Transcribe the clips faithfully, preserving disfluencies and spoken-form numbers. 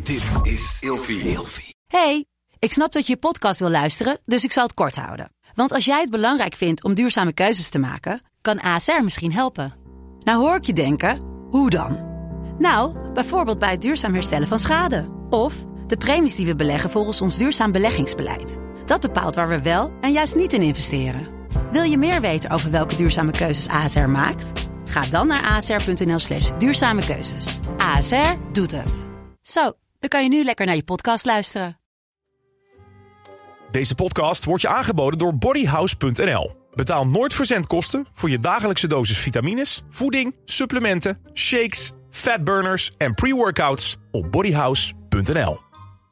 Dit is Ilfie. Hey, ik snap dat je je podcast wil luisteren, dus ik zal het kort houden. Want als jij het belangrijk vindt om duurzame keuzes te maken, kan A S R misschien helpen. Nou hoor ik je denken, hoe dan? Nou, bijvoorbeeld bij het duurzaam herstellen van schade. Of de premies die we beleggen volgens ons duurzaam beleggingsbeleid. Dat bepaalt waar we wel en juist niet in investeren. Wil je meer weten over welke duurzame keuzes A S R maakt? Ga dan naar asr.nl slash duurzame keuzes. A S R doet het. Zo, dan kan je nu lekker naar je podcast luisteren. Deze podcast wordt je aangeboden door bodyhouse punt n l. Betaal nooit verzendkosten voor je dagelijkse dosis vitamines, voeding, supplementen, shakes, fatburners en pre-workouts op bodyhouse punt n l.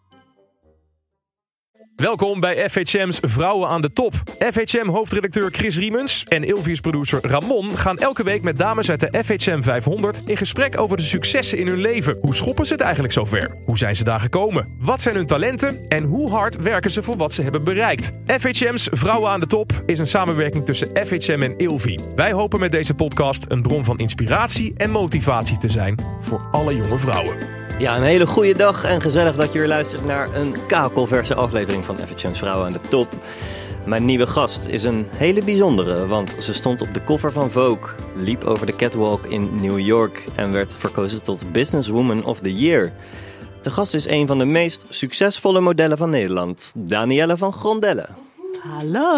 Welkom bij F H M's Vrouwen aan de Top. F H M-hoofdredacteur Chris Riemens en Ilfie-producer Ramon gaan elke week met dames uit de F H M vijfhonderd in gesprek over de successen in hun leven. Hoe schoppen ze het eigenlijk zover? Hoe zijn ze daar gekomen? Wat zijn hun talenten? En hoe hard werken ze voor wat ze hebben bereikt? F H M's Vrouwen aan de Top is een samenwerking tussen F H M en Ilfie. Wij hopen met deze podcast een bron van inspiratie en motivatie te zijn voor alle jonge vrouwen. Ja, een hele goede dag en gezellig dat je weer luistert naar een kakelverse aflevering van F H M's Vrouwen aan de Top. Mijn nieuwe gast is een hele bijzondere, want ze stond op de cover van Vogue, liep over de catwalk in New York en werd verkozen tot Businesswoman of the Year. De gast is een van de meest succesvolle modellen van Nederland, Danielle van Grondelle. Hallo.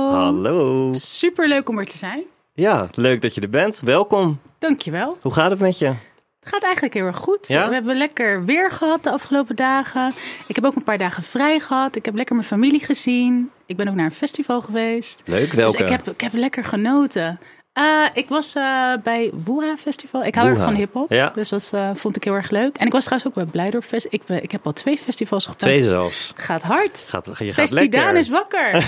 Hallo. Superleuk om er te zijn. Ja, leuk dat je er bent. Welkom. Dankjewel. Hoe gaat het met je? Het gaat eigenlijk heel erg goed. Ja? We hebben lekker weer gehad de afgelopen dagen. Ik heb ook een paar dagen vrij gehad. Ik heb lekker mijn familie gezien. Ik ben ook naar een festival geweest. Leuk, welke? Dus ik heb, ik heb lekker genoten. Uh, ik was uh, bij Woeha Festival. Ik hou erg van hiphop. Ja. Dus dat uh, vond ik heel erg leuk. En ik was trouwens ook bij Blijdorp Fest. Ik, ik heb al twee festivals gepakt. Twee zelfs. Het gaat hard. Gaat, je gaat Festidaan lekker. is wakker.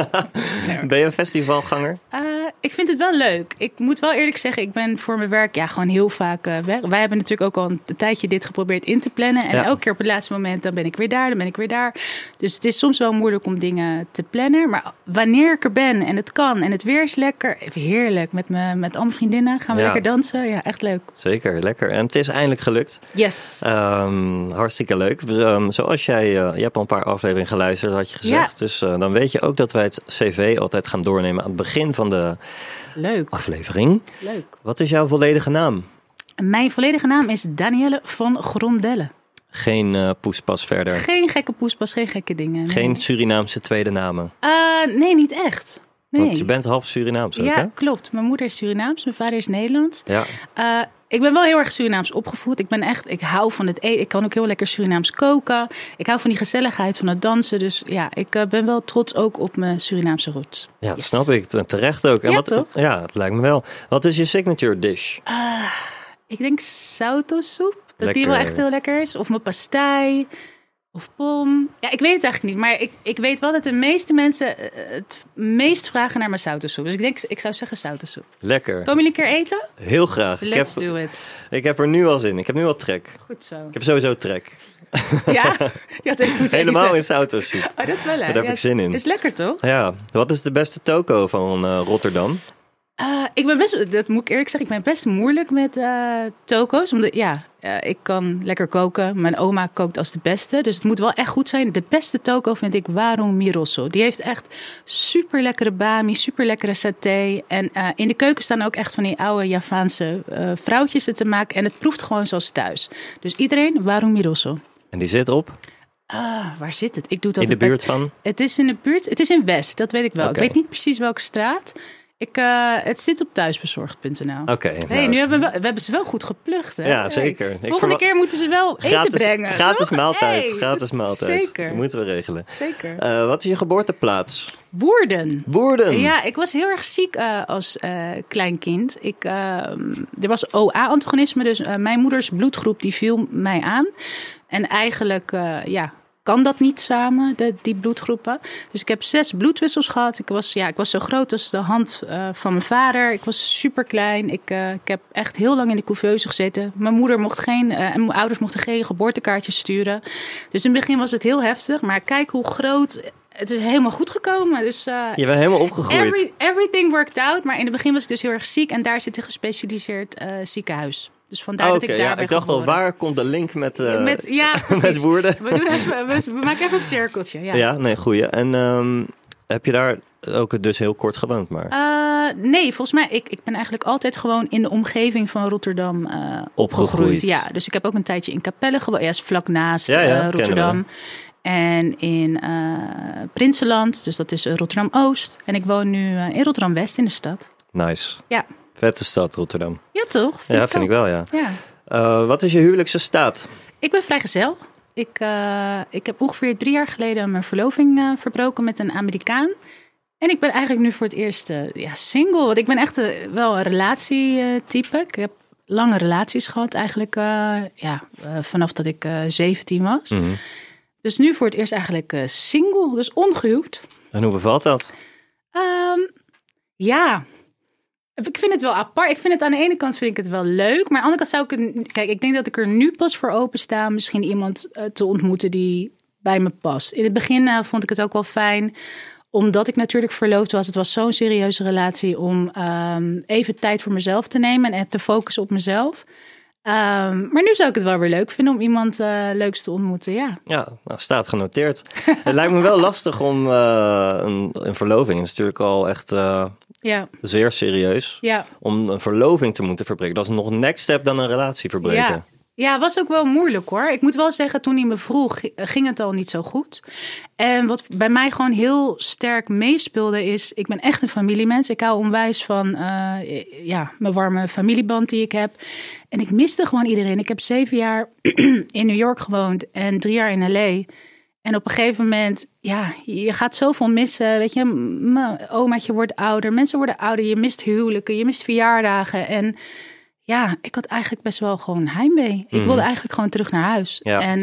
Ben je een festivalganger? Uh, ik vind het wel leuk. Ik moet wel eerlijk zeggen, ik ben voor mijn werk ja, gewoon heel vaak uh, weg. Wij hebben natuurlijk ook al een tijdje dit geprobeerd in te plannen. En ja. elke keer op het laatste moment, dan ben ik weer daar, dan ben ik weer daar. Dus het is soms wel moeilijk om dingen te plannen. Maar wanneer ik er ben en het kan en het weer is lekker, heerlijk. Met, me, met al mijn vriendinnen gaan we ja. lekker dansen. Ja, echt leuk. Zeker, lekker. En het is eindelijk gelukt. Yes. Um, hartstikke leuk. Um, zoals jij, uh, je hebt al een paar afleveringen geluisterd, had je gezegd. Ja. Dus uh, dan weet je ook dat wij het cv altijd gaan doornemen aan het begin van de leuk. aflevering. Leuk. Wat is jouw volledige naam? Mijn volledige naam is Danielle van Grondelle. Geen uh, poespas verder? Geen gekke poespas, geen gekke dingen. Nee. Geen Surinaamse tweede namen? Uh, nee, niet echt. Nee. Want je bent half Surinaams ook, ja, hè? Ja, klopt. Mijn moeder is Surinaams, mijn vader is Nederlands. Ja. Uh, ik ben wel heel erg Surinaams opgevoed. Ik ben echt, ik hou van het eten. Ik kan ook heel lekker Surinaams koken. Ik hou van die gezelligheid, van het dansen. Dus ja, ik uh, ben wel trots ook op mijn Surinaamse roots. Ja, dat yes. snap ik. Terecht ook. En ja, wat, toch? Ja, het lijkt me wel. Wat is je signature dish? Uh, ik denk sautosoep. Dat lekker. Die wel echt heel lekker is. Of mijn pastei. Of pom. Ja, ik weet het eigenlijk niet. Maar ik, ik weet wel dat de meeste mensen het meest vragen naar mijn sautosoep. Dus ik denk, ik zou zeggen sautosoep. Lekker. Kom je een keer eten? Heel graag. Let's ik heb, do it. Ik heb er nu al zin in. Ik heb nu al trek. Goed zo. Ik heb sowieso trek. Ja? Je had even moeten Helemaal eten. in sautosoep. Oh, dat is wel lekker. Daar heb ik zin in. Is lekker, toch? Ja. Wat is de beste toko van uh, Rotterdam? Uh, ik ben best, dat moet ik eerlijk zeggen, ik ben best moeilijk met uh, toko's. Omdat, ja, uh, ik kan lekker koken. Mijn oma kookt als de beste. Dus het moet wel echt goed zijn. De beste toko vind ik Warung Miroso. Die heeft echt super lekkere bami, super lekkere saté. En uh, in de keuken staan ook echt van die oude Javaanse uh, vrouwtjes het te maken. En het proeft gewoon zoals thuis. Dus iedereen Warung Miroso. En die zit op? Ah, waar zit het? Ik doe dat in de buurt van? Het is in de buurt. Het is in West, dat weet ik wel. Okay. Ik weet niet precies welke straat. Ik, uh, het zit op thuisbezorgd punt n l. Oké. Okay, hey, nou, nu hebben we, we hebben ze wel goed geplucht, hè? Ja, zeker. Hey, Ik volgende verwa- keer moeten ze wel eten gratis, brengen. Gratis toch? maaltijd. Hey, gratis maaltijd. Zeker. Dat moeten we regelen. Zeker. Uh, wat is je geboorteplaats? Woerden. Woerden. Ja, ik was heel erg ziek uh, als uh, klein kind. Ik, uh, er was O A-antagonisme, dus uh, mijn moeders bloedgroep die viel mij aan. En eigenlijk, uh, ja... kan dat niet samen, de, die bloedgroepen. Dus ik heb zes bloedwissels gehad. Ik was, ja, ik was zo groot als de hand uh, van mijn vader. Ik was super klein. Ik, uh, ik heb echt heel lang in de couveuse gezeten. Mijn moeder mocht geen, uh, en mijn ouders mochten geen geboortekaartjes sturen. Dus in het begin was het heel heftig. Maar kijk hoe groot... Het is helemaal goed gekomen. Dus, uh, je bent helemaal opgegroeid. Every, everything worked out. Maar in het begin was ik dus heel erg ziek. En daar zit een gespecialiseerd uh, ziekenhuis. Dus vandaar Oh, dat oké, ik daar ja, ben ik dacht al, geboren. waar komt de link met, uh, met, ja, met Woerden? We, doen even, we, we maken even een cirkeltje. Ja, ja nee, goeie. En um, heb je daar ook dus heel kort gewoond? Maar? Uh, nee, volgens mij, ik, ik ben eigenlijk altijd gewoon in de omgeving van Rotterdam uh, opgegroeid. opgegroeid. Ja, dus ik heb ook een tijdje in Capelle gewoond. Ja, is vlak naast ja, ja, uh, Rotterdam. En in uh, Prinsenland, dus dat is uh, Rotterdam-Oost. En ik woon nu uh, in Rotterdam-West in de stad. Nice. Ja. Vette stad, Rotterdam. Ja, toch? Vind ja, ik vind ook. ik wel, ja. ja. Uh, wat is je huwelijkse staat? Ik ben vrijgezel. Ik, uh, ik heb ongeveer drie jaar geleden mijn verloving uh, verbroken met een Amerikaan. En ik ben eigenlijk nu voor het eerst uh, ja, single. Want ik ben echt uh, wel een relatietype. Ik heb lange relaties gehad eigenlijk. Uh, ja, uh, vanaf dat ik uh, zeventien was. Mm-hmm. Dus nu voor het eerst eigenlijk uh, single. Dus ongehuwd. En hoe bevalt dat? Um, ja... Ik vind het wel apart. Ik vind het aan de ene kant vind ik het wel leuk. Maar aan de andere kant zou ik het... Kijk, ik denk dat ik er nu pas voor opensta... misschien iemand uh, te ontmoeten die bij me past. In het begin uh, vond ik het ook wel fijn... omdat ik natuurlijk verloofd was. Het was zo'n serieuze relatie... om um, even tijd voor mezelf te nemen... en te focussen op mezelf. Um, maar nu zou ik het wel weer leuk vinden... om iemand uh, leuks te ontmoeten, ja. Ja, nou, staat genoteerd. Het lijkt me wel lastig om... Uh, een, een verloving is natuurlijk al echt... Uh... Ja. Zeer serieus. Ja. Om een verloving te moeten verbreken. Dat is nog een next step dan een relatie verbreken. Ja. Ja, was ook wel moeilijk hoor. Ik moet wel zeggen, toen hij me vroeg, ging het al niet zo goed. En wat bij mij gewoon heel sterk meespeelde is... ik ben echt een familiemens. Ik hou onwijs van uh, ja, mijn warme familieband die ik heb. En ik miste gewoon iedereen. Ik heb zeven jaar in New York gewoond en drie jaar in L A... En op een gegeven moment, ja, je gaat zoveel missen. Weet je, mijn omaatje wordt ouder, mensen worden ouder. Je mist huwelijken, je mist verjaardagen. En ja, ik had eigenlijk best wel gewoon heimwee. Ik wilde eigenlijk gewoon terug naar huis. Ja. En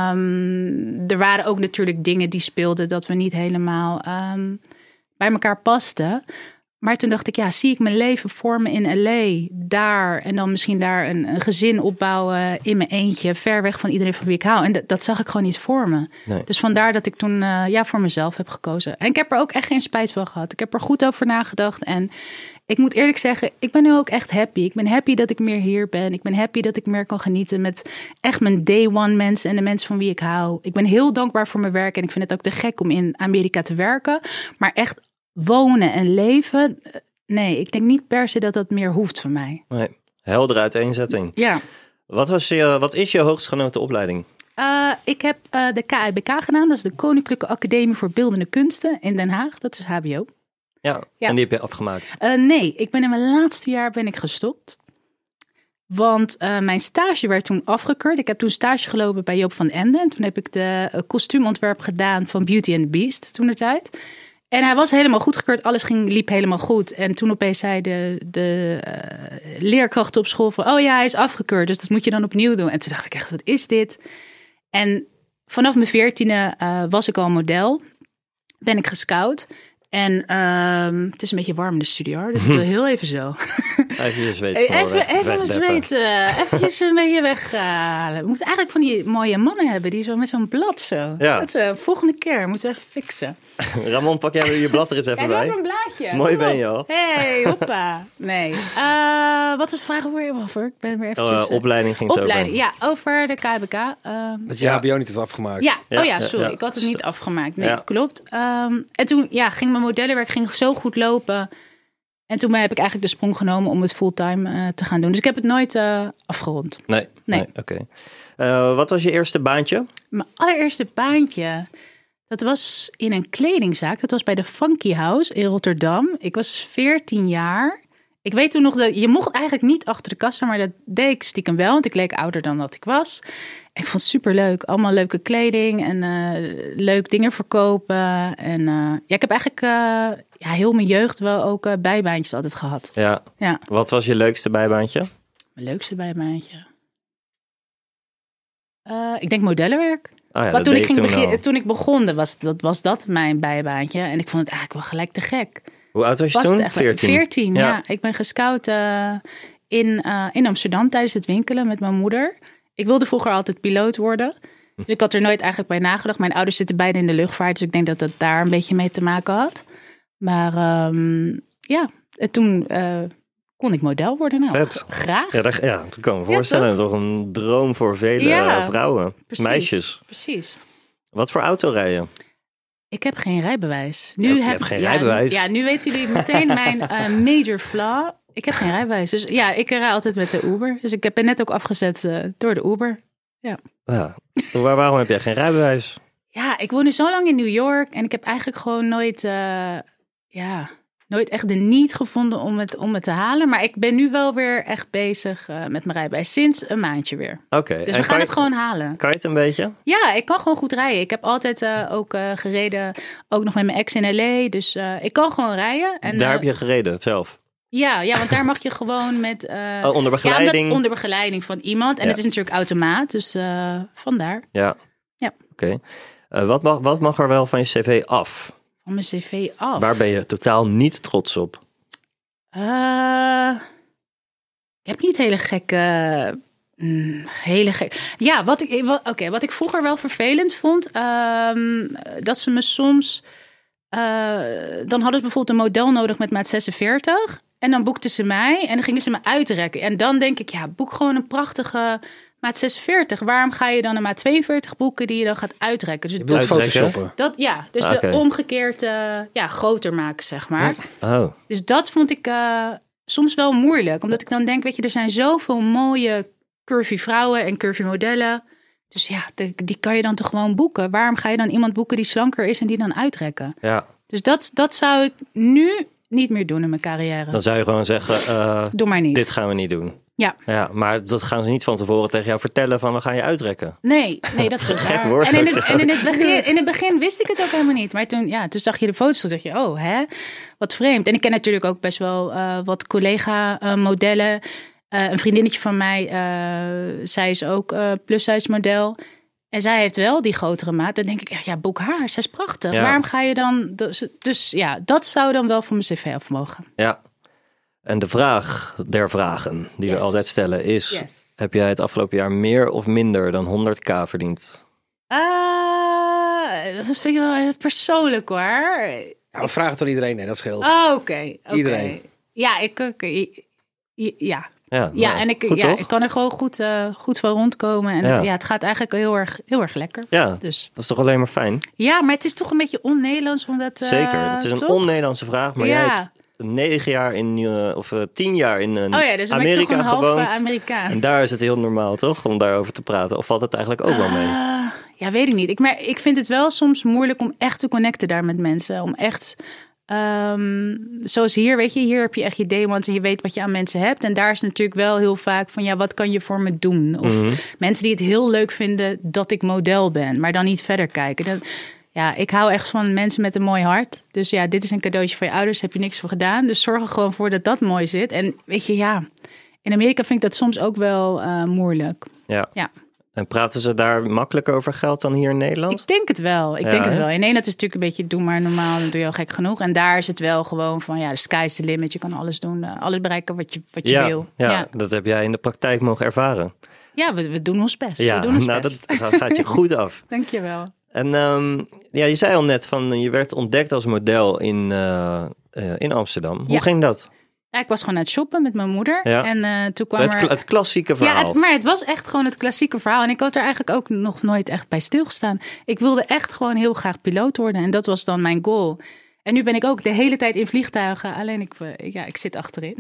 um, er waren ook natuurlijk dingen die speelden... dat we niet helemaal um, bij elkaar pasten. Maar toen dacht ik, ja, zie ik mijn leven vormen in L A, daar... en dan misschien daar een, een gezin opbouwen in mijn eentje... ver weg van iedereen van wie ik hou. En d- dat zag ik gewoon niet voor me. Nee. Dus vandaar dat ik toen uh, ja, voor mezelf heb gekozen. En ik heb er ook echt geen spijt van gehad. Ik heb er goed over nagedacht. En ik moet eerlijk zeggen, ik ben nu ook echt happy. Ik ben happy dat ik meer hier ben. Ik ben happy dat ik meer kan genieten met echt mijn day one mensen... en de mensen van wie ik hou. Ik ben heel dankbaar voor mijn werk. En ik vind het ook te gek om in Amerika te werken. Maar echt... wonen en leven, nee, ik denk niet per se dat dat meer hoeft van mij. Nee, heldere uiteenzetting. Ja. Wat, was je, wat is je hoogstgenoten opleiding? Uh, ik heb uh, de K I B K gedaan, dat is de Koninklijke Academie voor Beeldende Kunsten in Den Haag. Dat is H B O. Ja, ja. En die heb je afgemaakt? Uh, nee, ik ben in mijn laatste jaar ben ik gestopt. Want uh, mijn stage werd toen afgekeurd. Ik heb toen stage gelopen bij Joop van Ende. En toen heb ik de uh, kostuumontwerp gedaan van Beauty and the Beast toen der tijd. En hij was helemaal goedgekeurd. Alles ging, liep helemaal goed. En toen opeens zei de, de uh, leerkracht op school van... oh ja, hij is afgekeurd, dus dat moet je dan opnieuw doen. En toen dacht ik echt, wat is dit? En vanaf mijn veertiende uh, was ik al model. Ben ik gescout. En uh, het is een beetje warm in de studio, dus ik doe heel even zo. Even je zweet Even, weg, even een zweet, uh, eventjes een beetje weghalen. We moeten eigenlijk van die mooie mannen hebben, die zo met zo'n blad zo. Ja. Dat, uh, volgende keer moeten we even fixen. Ramon, pak jij je blad er eens even ja, bij. Even een blaadje. Mooi ben je al. Hey, hoppa. Nee. Uh, wat was de vraag weer over? Ik ben weer eventjes... Uh, opleiding ging het opleiding, over. ja, over de K B K. Uh, dat je H B O niet heeft afgemaakt. Ja, ja oh ja, sorry. ja. Ik had het niet afgemaakt. Nee, ja. klopt. Um, en toen ja, ging mijn modellenwerk ging zo goed lopen. En toen heb ik eigenlijk de sprong genomen om het fulltime uh, te gaan doen. Dus ik heb het nooit uh, afgerond. Nee, nee. nee oké. Okay. Uh, wat was je eerste baantje? Mijn allereerste baantje... Dat was in een kledingzaak. Dat was bij de Funky House in Rotterdam. Ik was veertien jaar. Ik weet toen nog dat je mocht eigenlijk niet achter de kassa, maar dat deed ik stiekem wel, want ik leek ouder dan dat ik was. En ik vond het superleuk. Allemaal leuke kleding en uh, leuk dingen verkopen. En uh, ja, ik heb eigenlijk uh, ja, heel mijn jeugd wel ook uh, bijbaantjes altijd gehad. Ja. ja. Wat was je leukste bijbaantje? Mijn leukste bijbaantje? Uh, ik denk modellenwerk. Oh ja, Want toen ik, ging toen, begin, toen ik begon, was dat, was dat mijn bijbaantje. En ik vond het eigenlijk wel gelijk te gek. Hoe oud was je was toen? veertien. veertien, ja. ja. Ik ben gescout uh, in, uh, in Amsterdam tijdens het winkelen met mijn moeder. Ik wilde vroeger altijd piloot worden. Dus ik had er nooit eigenlijk bij nagedacht. Mijn ouders zitten beide in de luchtvaart. Dus ik denk dat dat daar een beetje mee te maken had. Maar um, ja, toen uh, kon ik model worden. Nou, Vet. g- graag. Ja, dat, ja, dat kan ik me voorstellen. Ja, toch? toch een droom voor vele Ja, uh, vrouwen, Precies, meisjes. Precies. Wat voor auto rijden? Ik heb geen rijbewijs. Je hebt- je hebt geen ja, rijbewijs? Ja, nu weten jullie meteen mijn uh, major flaw. Ik heb geen rijbewijs. Dus ja, ik rij altijd met de Uber. Dus ik heb ben net ook afgezet uh, door de Uber. Ja. Waar, waarom heb jij geen rijbewijs? Ja, ik woon nu zo lang in New York. En ik heb eigenlijk gewoon nooit... Uh, ja, nooit echt de need gevonden om het, om het te halen. Maar ik ben nu wel weer echt bezig uh, met mijn rijbewijs. Sinds een maandje weer. Oké. Okay. Dus we gaan het gewoon halen. Kan je het een beetje? Ja, ik kan gewoon goed rijden. Ik heb altijd uh, ook uh, gereden. Ook nog met mijn ex in L A. Dus uh, ik kan gewoon rijden. En, Daar uh, heb je gereden zelf? Ja, ja, want daar mag je gewoon met... Uh, oh, onder begeleiding? Ja, omdat, onder begeleiding van iemand. En ja. het is natuurlijk automaat. Dus uh, vandaar. Ja. Ja. Oké. Okay. Uh, wat, mag, wat mag er wel van je cv af? Van mijn cv af? Waar ben je totaal niet trots op? Uh, ik heb niet hele gekke... Mm, hele gek. Ja, wat ik, wat, okay, wat ik vroeger wel vervelend vond... Um, dat ze me soms... Uh, dan hadden ze bijvoorbeeld een model nodig met maat zesenveertig... En dan boekten ze mij en dan gingen ze me uitrekken. En dan denk ik, ja, boek gewoon een prachtige maat zesenveertig. Waarom ga je dan een maat tweeënveertig boeken die je dan gaat uitrekken? Dus je bedoelt photoshoppen? Dat, ja, dus okay. de omgekeerd uh, ja, groter maken, zeg maar. Oh. Dus dat vond ik uh, soms wel moeilijk. Omdat ik dan denk, weet je, er zijn zoveel mooie curvy vrouwen en curvy modellen. Dus ja, de, die kan je dan toch gewoon boeken. Waarom ga je dan iemand boeken die slanker is en die dan uitrekken? Ja. Dus dat, dat zou ik nu niet meer doen in mijn carrière. Dan zou je gewoon zeggen, uh, doe maar niet. Dit gaan we niet doen. Ja. Ja, maar dat gaan ze niet van tevoren tegen jou vertellen van we gaan je uitrekken. Nee, nee, dat is een gek waar. woord. En, in het, en in, het begin, in het begin wist ik het ook helemaal niet. Maar toen, ja, toen zag je de foto's, toen dacht je, oh, hè, wat vreemd. En ik ken natuurlijk ook best wel uh, wat collega-modellen. Uh, een vriendinnetje van mij, uh, zij is ook uh, plus-size model. En zij heeft wel die grotere maat. Dan denk ik echt, ja, boek haar. Zij is prachtig. Ja. Waarom ga je dan... Dus, dus ja, dat zou dan wel van mijn cv af mogen. Ja. En de vraag der vragen die Yes. we altijd stellen is... Yes. Heb jij het afgelopen jaar meer of minder dan honderd k verdiend? Uh, dat is, vind ik wel persoonlijk hoor. Ja, we vragen het aan iedereen, nee, dat scheelt. Oh, oké. Okay, okay. Iedereen. Ja, ik... Okay, ja. Ja, Ja, nou, en ik, goed, ja, toch? ik kan er gewoon goed, uh, goed van rondkomen. En Ja. het, ja, het gaat eigenlijk heel erg, heel erg lekker. Ja, Dus. dat is toch alleen maar fijn? Ja, maar het is toch een beetje on-Nederlands. Omdat, uh, Zeker, het is een toch? on-Nederlandse vraag. Maar Ja. jij hebt negen jaar in, uh, of uh, tien jaar in uh, Oh ja, dus dan ben ik Amerika toch een halve gewoond. Amerikaan. En daar is het heel normaal, toch? Om daarover te praten. Of valt het eigenlijk ook wel mee? Uh, ja, weet ik niet. Ik, maar ik vind het wel soms moeilijk om echt te connecten daar met mensen. Om echt... Um, zoals hier, weet je, hier heb je echt je demos en je weet wat je aan mensen hebt. En daar is natuurlijk wel heel vaak van, ja, wat kan je voor me doen? Of Mhm. mensen die het heel leuk vinden dat ik model ben, maar dan niet verder kijken. Dan, ja, ik hou echt van mensen met een mooi hart. Dus ja, dit is een cadeautje voor je ouders, heb je niks voor gedaan. Dus zorg er gewoon voor dat dat mooi zit. En weet je, ja, in Amerika vind ik dat soms ook wel uh, moeilijk. Ja. Ja. En praten ze daar makkelijker over geld dan hier in Nederland? Ik denk het wel. Ik Ja, denk het hè? wel. In Nederland is het natuurlijk een beetje doe maar normaal, dan doe je al gek genoeg. En daar is het wel gewoon van ja, de sky is the limit. Je kan alles doen, uh, alles bereiken wat je, wat je ja, wil. Ja, Ja, dat heb jij in de praktijk mogen ervaren. ja we, we doen ons best. Ja, we doen ons nou, best. dat gaat- gaat je goed af. Dankjewel. En um, ja, je zei al net van je werd ontdekt als model in, uh, uh, in Amsterdam. Hoe Ja. ging dat? Ja, ik was gewoon aan het shoppen met mijn moeder. Ja. En uh, toen kwam Het, er... kla- het klassieke verhaal. Ja, het, maar het was echt gewoon het klassieke verhaal. En ik had er eigenlijk ook nog nooit echt bij stilgestaan. Ik wilde echt gewoon heel graag piloot worden. En dat was dan mijn goal. En nu ben ik ook de hele tijd in vliegtuigen. Alleen ik, uh, ja, ik zit achterin.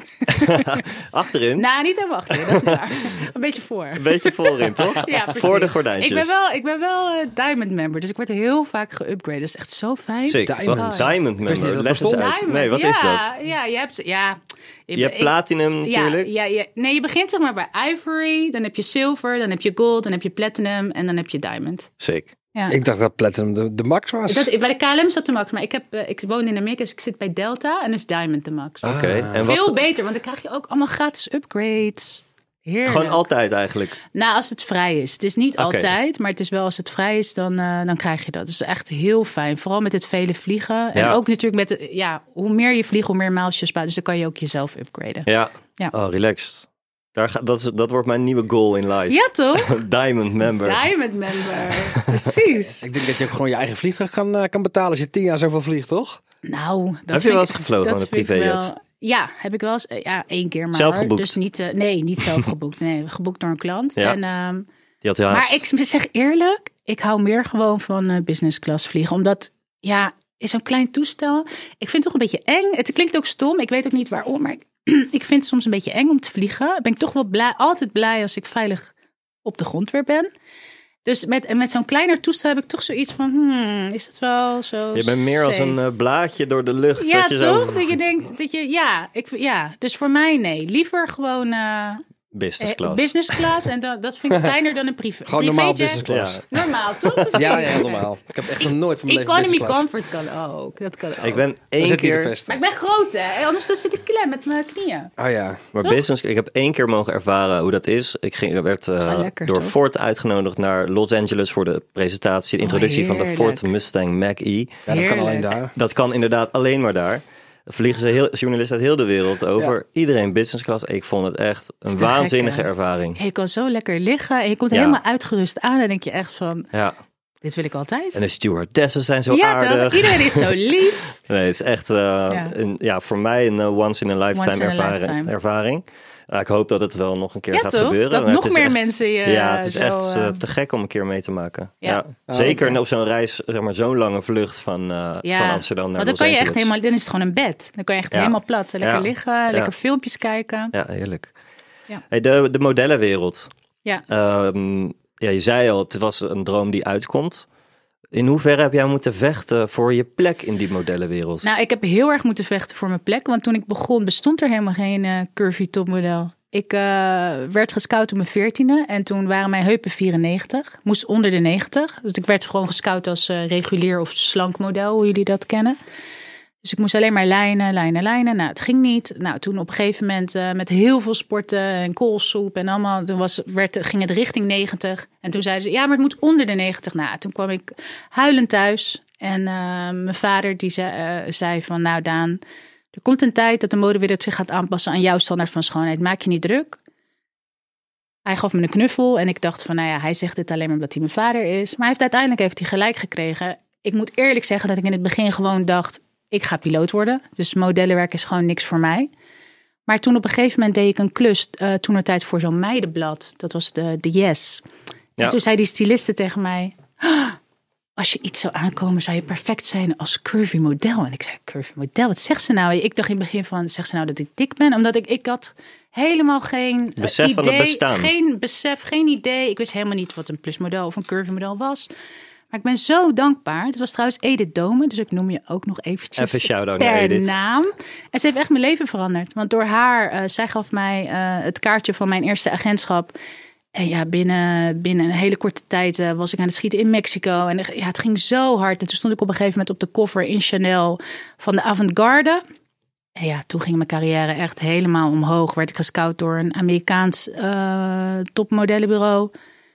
Achterin? Nou, niet helemaal achterin, dat is niet waar. Een beetje voor. Een beetje voorin, toch? Ja, precies. Voor de gordijntjes. Ik ben wel, ik ben wel uh, Diamond member, dus ik word heel vaak geüpgrade. Dat is echt zo fijn. Zeker. Diamond. Wat een Diamond wist niet member. dat Leg het het bestond. uit. Diamond, Nee, wat ja, is dat? Ja, je hebt... Ja, Je hebt platinum natuurlijk. Ja, ja, ja. Nee, je begint zeg maar bij ivory, dan heb je silver, dan heb je gold, dan heb je platinum en dan heb je diamond. Sick. Ja. Ik dacht dat Platinum de, de max was. Dat, bij de K L M zat de max, maar ik, heb, uh, ik woon in Amerika, dus ik zit bij Delta en is diamond de max. Oké. Okay. En wat? Veel beter, want dan krijg je ook allemaal gratis upgrades. Heerlijk. Gewoon altijd eigenlijk. Nou, als het vrij is. Het is niet Okay. altijd, maar het is wel als het vrij is, dan, uh, dan krijg je dat. Dus echt heel fijn. Vooral met het vele vliegen. En Ja. ook natuurlijk met, de, ja, hoe meer je vliegt, hoe meer miles je spaart. Dus dan kan je ook jezelf upgraden. Ja. Ja. Oh, relaxed. Daar ga, dat, is, dat wordt mijn nieuwe goal in life. Ja, toch? Diamond member. Diamond member. Precies. Ik denk dat je ook gewoon je eigen vliegtuig kan, uh, kan betalen als je tien jaar zoveel vliegt, toch? Nou, dat Heb je vind wel ik- eens gevlogen dat met een vind ik privéjet? wel- Ja, heb ik wel eens. uh, Ja, één keer maar. Zelf geboekt? Dus niet, uh, nee, niet zelf geboekt. Nee, geboekt door een klant. Ja. En, um, Die had heel maar haast. ik zeg eerlijk, ik hou meer gewoon van uh, business class vliegen. Omdat, ja, is zo'n klein toestel. Ik vind het toch een beetje eng. Het klinkt ook stom. Ik weet ook niet waarom. Maar ik, ik vind het soms een beetje eng om te vliegen. Ben ik toch wel blij, altijd blij als ik veilig op de grond weer ben. Dus met, met zo'n kleiner toestel heb ik toch zoiets van, hmm, is het wel zo Je bent meer als safe? een uh, blaadje door de lucht. Ja, dat je toch? Zo... Dat je denkt, dat je, ja, ik, ja. Dus voor mij nee. Liever gewoon uh, Business class. eh, business class. En dat, dat vind ik fijner dan een privé. Gewoon privé normaal jet. business class. Ja. Normaal, toch? Precies. Ja, ja, heel normaal. Ik heb echt nog nooit van mijn leven Economy business class. comfort kan ook. Dat kan ook. Ik ben Dat één zit niet te keer... pesten. Maar ik ben groot, hè? Anders dan zit ik klem met mijn knieën. Oh ja. Maar Toch? business, ik heb één keer mogen ervaren hoe dat is. Ik ging, werd uh, is wel lekker, door toch? Ford uitgenodigd naar Los Angeles voor de presentatie, de introductie van de heerlijk. Ford Mustang Mach-E. Ja, dat kan alleen Heerlijk. daar. Dat kan inderdaad alleen maar daar. Vliegen ze heel, journalisten uit heel de wereld over. Ja. Iedereen business class. Ik vond het echt een te waanzinnige gek, hè? ervaring. Je kan zo lekker liggen. En je komt Ja. helemaal uitgerust aan. En denk je echt van, Ja. dit wil ik altijd. En de stewardessen zijn zo ja, aardig. toch? Iedereen is zo lief. Nee, het is echt uh, ja. Een, ja, voor mij een uh, once in a lifetime, Once in a ervaring. lifetime. ervaring. Uh, ik hoop dat het wel nog een keer Ja, gaat toch? gebeuren. Dat Maar nog het is meer echt- mensen je Ja, het is zo, echt uh, uh, te gek om een keer mee te maken. Ja. Ja. Ah, Zeker oké. op zo'n reis, zeg maar zo'n lange vlucht van, uh, Ja, van Amsterdam naar want dan Los kan je echt Angeles. helemaal, dan is het gewoon een bed. Dan kan je echt Ja. helemaal plat. Lekker Ja. liggen, lekker Ja. filmpjes kijken. Ja, heerlijk. Ja. Hey, de, de modellenwereld. Ja. Um, ja, je zei al, het was een droom die uitkomt. In hoeverre heb jij moeten vechten voor je plek in die modellenwereld? Nou, ik heb heel erg moeten vechten voor mijn plek. Want toen ik begon, bestond er helemaal geen uh, curvy topmodel. Ik uh, werd gescout op mijn veertiende. En toen waren mijn heupen vierennegentig. Moest onder de negentig. Dus ik werd gewoon gescout als uh, regulier of slank model. Hoe jullie dat kennen. Dus ik moest alleen maar lijnen, lijnen, lijnen. Nou, het ging niet. Nou, toen op een gegeven moment uh, met heel veel sporten en koolsoep en allemaal. Toen was, werd, ging het richting negentig. En toen zeiden ze, ja, maar het moet onder de negentig. Nou, toen kwam ik huilend thuis. En uh, mijn vader die zei, uh, zei van, nou Daan, er komt een tijd dat de modewereld zich gaat aanpassen aan jouw standaard van schoonheid. Maak je niet druk. Hij gaf me een knuffel en ik dacht van, nou ja, hij zegt dit alleen maar omdat hij mijn vader is. Maar hij heeft, uiteindelijk heeft hij gelijk gekregen. Ik moet eerlijk zeggen dat ik in het begin gewoon dacht, ik ga piloot worden. Dus modellenwerk is gewoon niks voor mij. Maar toen op een gegeven moment deed ik een klus, uh, toen er tijd voor zo'n meidenblad. Dat was de, de Yes. Ja. En toen zei die styliste tegen mij, oh, als je iets zou aankomen, zou je perfect zijn als curvy model. En ik zei, curvy model, wat zegt ze nou? Ik dacht in het begin van, zegt ze nou dat ik dik ben? Omdat ik, ik had helemaal geen besef uh, idee, van het bestaan. Geen besef, geen idee. Ik wist helemaal niet wat een plusmodel of een curvy model was. Maar ik ben zo dankbaar. Dat was trouwens Edith Domen. Dus ik noem je ook nog eventjes Even shout-out per naar Edith. naam. En ze heeft echt mijn leven veranderd. Want door haar, uh, zij gaf mij uh, het kaartje van mijn eerste agentschap. En ja, binnen, binnen een hele korte tijd uh, was ik aan het schieten in Mexico. En ja, het ging zo hard. En toen stond ik op een gegeven moment op de cover in Chanel van de Avant-Garde. En ja, toen ging mijn carrière echt helemaal omhoog. Werd ik gescout door een Amerikaans uh, topmodellenbureau.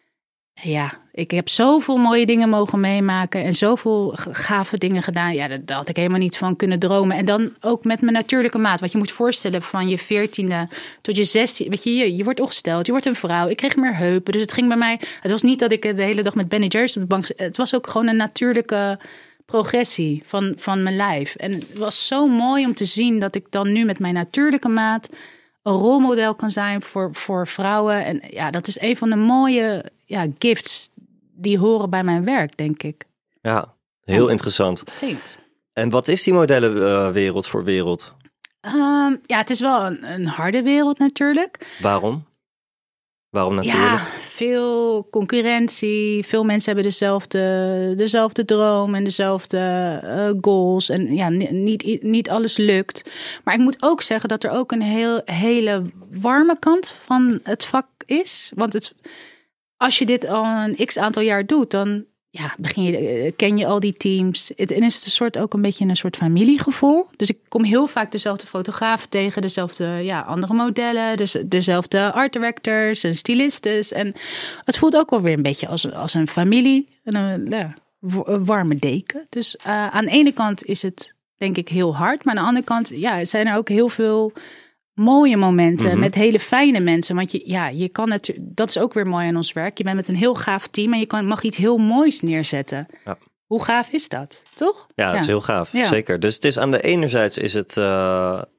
Ja, ik heb zoveel mooie dingen mogen meemaken en zoveel gave dingen gedaan. Ja, daar had ik helemaal niet van kunnen dromen. En dan ook met mijn natuurlijke maat. Wat je moet voorstellen van je veertiende tot je zestiende. Weet je, je, je wordt opgesteld, je wordt een vrouw. Ik kreeg meer heupen, dus het ging bij mij. Het was niet dat ik de hele dag met Ben en Jerry's op de bank. Het was ook gewoon een natuurlijke progressie van, van mijn lijf. En het was zo mooi om te zien dat ik dan nu met mijn natuurlijke maat een rolmodel kan zijn voor, voor vrouwen. En ja, dat is een van de mooie ja, gifts die horen bij mijn werk, denk ik. Ja, heel ja. interessant. Thanks. En wat is die modellenwereld uh, voor wereld? Um, ja, het is wel een, een harde wereld natuurlijk. Waarom? Waarom natuurlijk? Ja, veel concurrentie. Veel mensen hebben dezelfde, dezelfde droom en dezelfde uh, goals. En ja, niet, niet alles lukt. Maar ik moet ook zeggen dat er ook een heel, hele warme kant van het vak is. Want het, als je dit al een x aantal jaar doet, dan ja, begin je, ken je al die teams. Het, en is het een soort, ook een beetje een soort familiegevoel. Dus ik kom heel vaak dezelfde fotografen tegen, dezelfde ja, andere modellen, dus, dezelfde art directors en stylistes. En het voelt ook wel weer een beetje als, als een familie. Een, ja, een warme deken. Dus uh, aan de ene kant is het denk ik heel hard, maar aan de andere kant ja, zijn er ook heel veel mooie momenten mm-hmm. met hele fijne mensen. Want je, ja, je kan het, dat is ook weer mooi aan ons werk. Je bent met een heel gaaf team en je kan, mag iets heel moois neerzetten. Ja. Hoe gaaf is dat, toch? Ja, het ja. is heel gaaf, ja. zeker. Dus het is aan de ene zijde is het uh,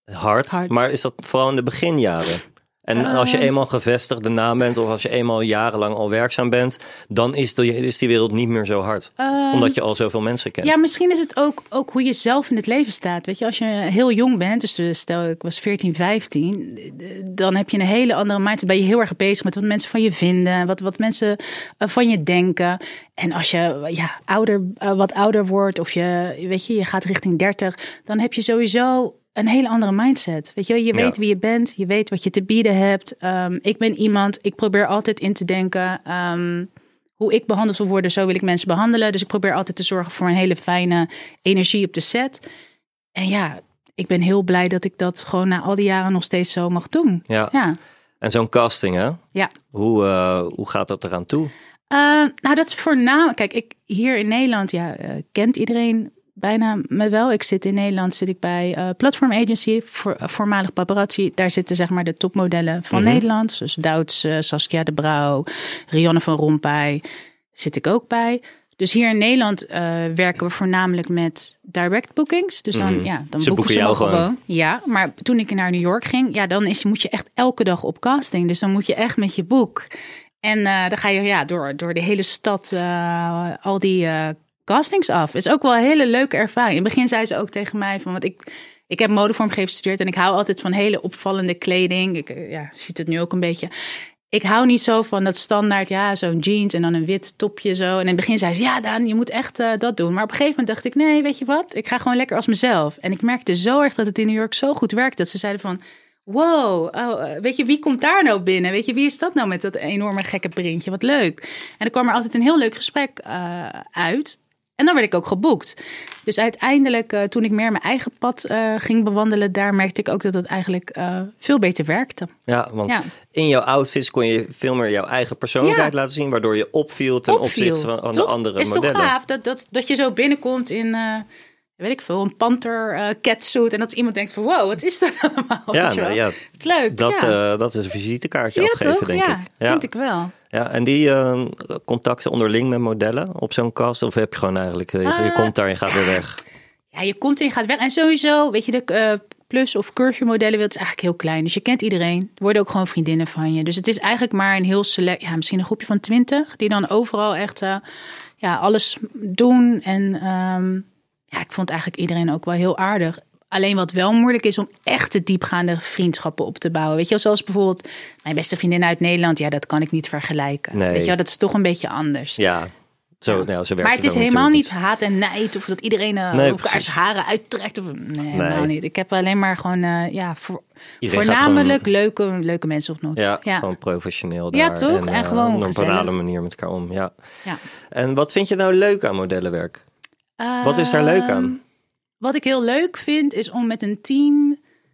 hard, hard. Maar is dat vooral in de beginjaren? En uh, als je eenmaal gevestigde naam bent of als je eenmaal jarenlang al werkzaam bent, dan is, de, is die wereld niet meer zo hard. Uh, omdat je al zoveel mensen kent. Ja, misschien is het ook, ook hoe je zelf in het leven staat. Weet je, als je heel jong bent, dus stel ik was veertien, vijftien, dan heb je een hele andere mindset. Ben je heel erg bezig met wat mensen van je vinden, wat, wat mensen uh, van je denken. En als je ja, ouder, uh, wat ouder wordt of je, weet je, je gaat richting dertig, dan heb je sowieso een hele andere mindset. Weet je, je weet ja. wie je bent, je weet wat je te bieden hebt. Um, ik ben iemand, ik probeer altijd in te denken, um, hoe ik behandeld wil worden, zo wil ik mensen behandelen. Dus ik probeer altijd te zorgen voor een hele fijne energie op de set. En ja, ik ben heel blij dat ik dat gewoon na al die jaren nog steeds zo mag doen. Ja. ja. En zo'n casting, hè? Ja. Hoe, uh, hoe gaat dat eraan toe? Uh, nou, dat is voornamelijk. Kijk, ik hier in Nederland, ja, uh, kent iedereen bijna me wel. Ik zit in Nederland, zit ik bij uh, Platform Agency, voor, uh, voormalig paparazzi. Daar zitten zeg maar de topmodellen van mm-hmm. Nederland. Dus Douds, uh, Saskia de Brouw, Rianne van Rompuy zit ik ook bij. Dus hier in Nederland uh, werken we voornamelijk met direct bookings. Dus dan, mm. ja, dan ze boeken ze jou gewoon. gewoon. Ja, maar toen ik naar New York ging, ja, dan is, moet je echt elke dag op casting. Dus dan moet je echt met je boek. En uh, dan ga je ja, door, door de hele stad uh, al die uh, castings af. Het is ook wel een hele leuke ervaring. In het begin zei ze ook tegen mij van, want ik, ik heb modevormgeven gestudeerd en ik hou altijd van hele opvallende kleding. Ik ja, ziet het nu ook een beetje. Ik hou niet zo van dat standaard, ja, zo'n jeans en dan een wit topje zo. En in het begin zei ze, ja Daan, je moet echt uh, dat doen. Maar op een gegeven moment dacht ik, nee, weet je wat? Ik ga gewoon lekker als mezelf. En ik merkte zo erg dat het in New York zo goed werkt. Dat ze zeiden van, wow, oh, weet je, wie komt daar nou binnen? Weet je, wie is dat nou met dat enorme gekke printje? Wat leuk. En er kwam er altijd een heel leuk gesprek uh, uit. En dan werd ik ook geboekt. Dus uiteindelijk, uh, toen ik meer mijn eigen pad uh, ging bewandelen, daar merkte ik ook dat het eigenlijk uh, veel beter werkte. Ja, want ja. in jouw outfits kon je veel meer jouw eigen persoonlijkheid ja. laten zien, waardoor je opviel ten opzichte van, van de andere is modellen. Is toch gaaf dat, dat, dat je zo binnenkomt in, uh, weet ik veel, een panther uh, catsuit en dat iemand denkt van wow, wat is dat allemaal? Ja, nou, ja. Het is leuk. Dat, ja. uh, dat is een visitekaartje ja, afgeven, toch? denk ja, ik. Ja, vind ik wel. Ja, en die uh, contacten onderling met modellen op zo'n cast? Of heb je gewoon eigenlijk, uh, je, je komt daar en je gaat weer weg? Ja, je komt en je gaat weg. En sowieso, weet je, de uh, plus- of curvy modellen, het is eigenlijk heel klein. Dus je kent iedereen. Er worden ook gewoon vriendinnen van je. Dus het is eigenlijk maar een heel select, ja, misschien een groepje van twintig, die dan overal echt uh, ja, alles doen. En um, ja, ik vond eigenlijk iedereen ook wel heel aardig. Alleen wat wel moeilijk is om echte diepgaande vriendschappen op te bouwen. Weet je wel, zoals bijvoorbeeld mijn beste vriendin uit Nederland. Ja, dat kan ik niet vergelijken. Nee. Weet je wel, dat is toch een beetje anders. Ja, zo, ja. Nou, zo werkt maar het, het is helemaal niet haat en nijd. Of dat iedereen uh, nee, elkaars haren uittrekt. Of, nee, nee, helemaal niet. Ik heb alleen maar gewoon, uh, ja, voor, voornamelijk gewoon, leuke, leuke mensen ontmoet. Ja, ja, gewoon professioneel daar. Ja, toch? En, en uh, gewoon op een banale manier met elkaar om. Ja. ja. En wat vind je nou leuk aan modellenwerk? Uh, wat is daar leuk aan? Wat ik heel leuk vind, is om met een team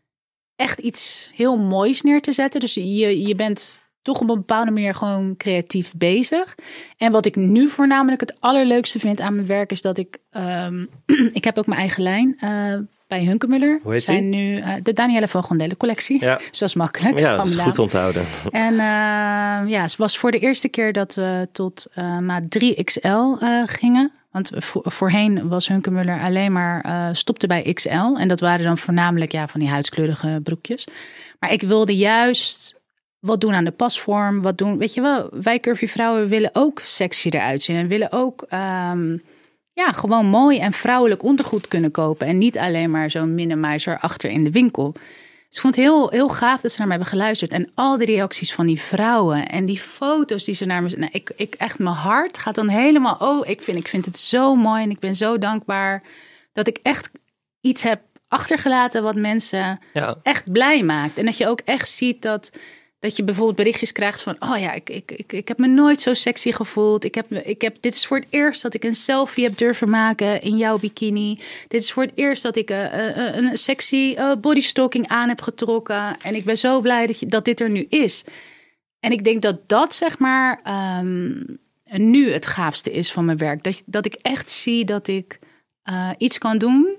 echt iets heel moois neer te zetten. Dus je, je bent toch op een bepaalde manier gewoon creatief bezig. En wat ik nu voornamelijk het allerleukste vind aan mijn werk is dat ik... Um, ik heb ook mijn eigen lijn uh, bij Hunkemuller. Hoe heet zijn die? nu uh, de Danielle van Gondelle collectie. Ja. Dus dat is makkelijk. Ja, dat is goed onthouden. En uh, ja, het was voor de eerste keer dat we tot uh, maat drie X L uh, gingen. Want voorheen was Hunkemuller alleen maar uh, stopte bij X L. En dat waren dan voornamelijk ja, van die huidskleurige broekjes. Maar ik wilde juist wat doen aan de pasvorm. Wat doen, weet je wel, wij curvy vrouwen willen ook sexy eruit zien. En willen ook um, ja, gewoon mooi en vrouwelijk ondergoed kunnen kopen. En niet alleen maar zo'n minimizer achter in de winkel. Dus ik vond het heel, heel gaaf dat ze naar mij hebben geluisterd. En al die reacties van die vrouwen en die foto's die ze naar me... Nou, ik, ik echt, mijn hart gaat dan helemaal... Oh, ik vind, ik vind het zo mooi en ik ben zo dankbaar dat ik echt iets heb achtergelaten wat mensen ja. echt blij maakt. En dat je ook echt ziet dat... Dat je bijvoorbeeld berichtjes krijgt van... oh ja, ik, ik, ik, ik heb me nooit zo sexy gevoeld. Ik heb, ik heb, dit is voor het eerst dat ik een selfie heb durven maken in jouw bikini. Dit is voor het eerst dat ik uh, uh, een sexy uh, bodystocking aan heb getrokken. En ik ben zo blij dat, je, dat dit er nu is. En ik denk dat dat zeg maar um, nu het gaafste is van mijn werk. Dat, dat ik echt zie dat ik uh, iets kan doen...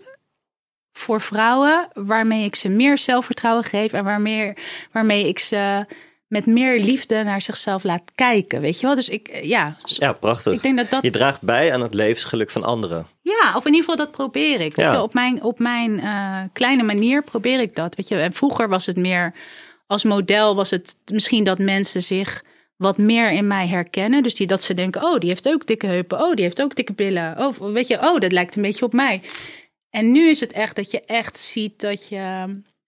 voor vrouwen, waarmee ik ze meer zelfvertrouwen geef... en waarmee, waarmee ik ze met meer liefde naar zichzelf laat kijken, weet je wel? Dus ik, ja... Ja, prachtig. Ik denk dat dat... Je draagt bij aan het levensgeluk van anderen. Ja, of in ieder geval dat probeer ik. Ja. Weet je, op mijn, op mijn uh, kleine manier probeer ik dat. Weet je, en vroeger was het meer... Als model was het misschien dat mensen zich wat meer in mij herkennen. Dus die, dat ze denken, oh, die heeft ook dikke heupen. Oh, die heeft ook dikke billen. Oh, weet je, oh, dat lijkt een beetje op mij. En nu is het echt dat je echt ziet dat je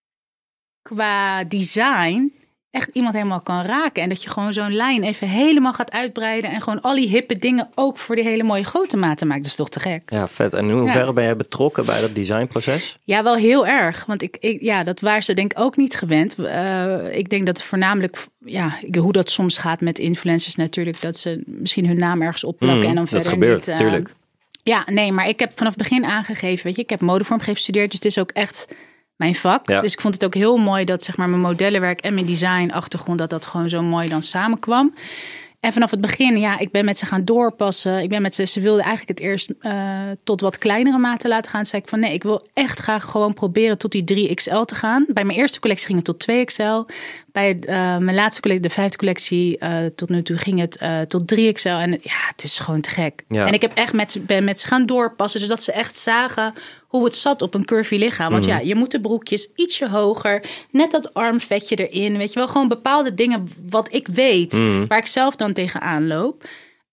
qua design echt iemand helemaal kan raken. En dat je gewoon zo'n lijn even helemaal gaat uitbreiden. En gewoon al die hippe dingen ook voor die hele mooie grote maten maakt. Dat is toch te gek? Ja, vet. En in hoeverre Ja. ben jij betrokken bij dat designproces? Ja, wel heel erg. Want ik, ik, ja, dat waren ze denk ik ook niet gewend. Uh, ik denk dat voornamelijk, ja, hoe dat soms gaat met influencers natuurlijk. Dat ze misschien hun naam ergens opplakken. Mm, en dan dat verder gebeurt, niet, uh, natuurlijk. Ja, nee, maar ik heb vanaf het begin aangegeven, weet je. Ik heb modevorm gestudeerd, dus het is ook echt mijn vak. Ja. Dus ik vond het ook heel mooi dat zeg maar mijn modellenwerk en mijn design achtergrond, dat dat gewoon zo mooi dan samenkwam. En vanaf het begin, ja, ik ben met ze gaan doorpassen. Ik ben met ze, ze wilden eigenlijk het eerst uh, tot wat kleinere maten laten gaan. Toen zei ik van nee, ik wil echt graag gewoon proberen tot die drie X L te gaan. Bij mijn eerste collectie ging het tot twee X L. Bij uh, mijn laatste collectie, de vijfde collectie, uh, tot nu toe ging het uh, tot drie X L. En ja, het is gewoon te gek. Ja. En ik heb echt met, ben met ze gaan doorpassen, zodat ze echt zagen hoe het zat op een curvy lichaam. Want mm. ja, je moet de broekjes ietsje hoger, net dat armvetje erin. Weet je wel, gewoon bepaalde dingen wat ik weet, mm. waar ik zelf dan tegenaan loop.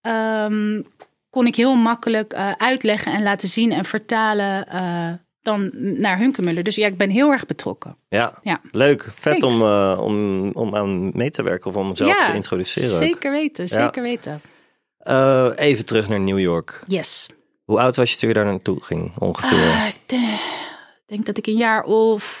Um, kon ik heel makkelijk uh, uitleggen en laten zien en vertalen uh, dan naar Hunkemöller. Dus ja, ik ben heel erg betrokken. Ja, ja. Leuk. Vet om, uh, om, om aan mee te werken of om mezelf ja, te introduceren. Zeker weten, zeker ja. weten. Uh, even terug naar New York. Yes. Hoe oud was je toen je daar naartoe ging, ongeveer? Uh, ik denk, denk dat ik een jaar of...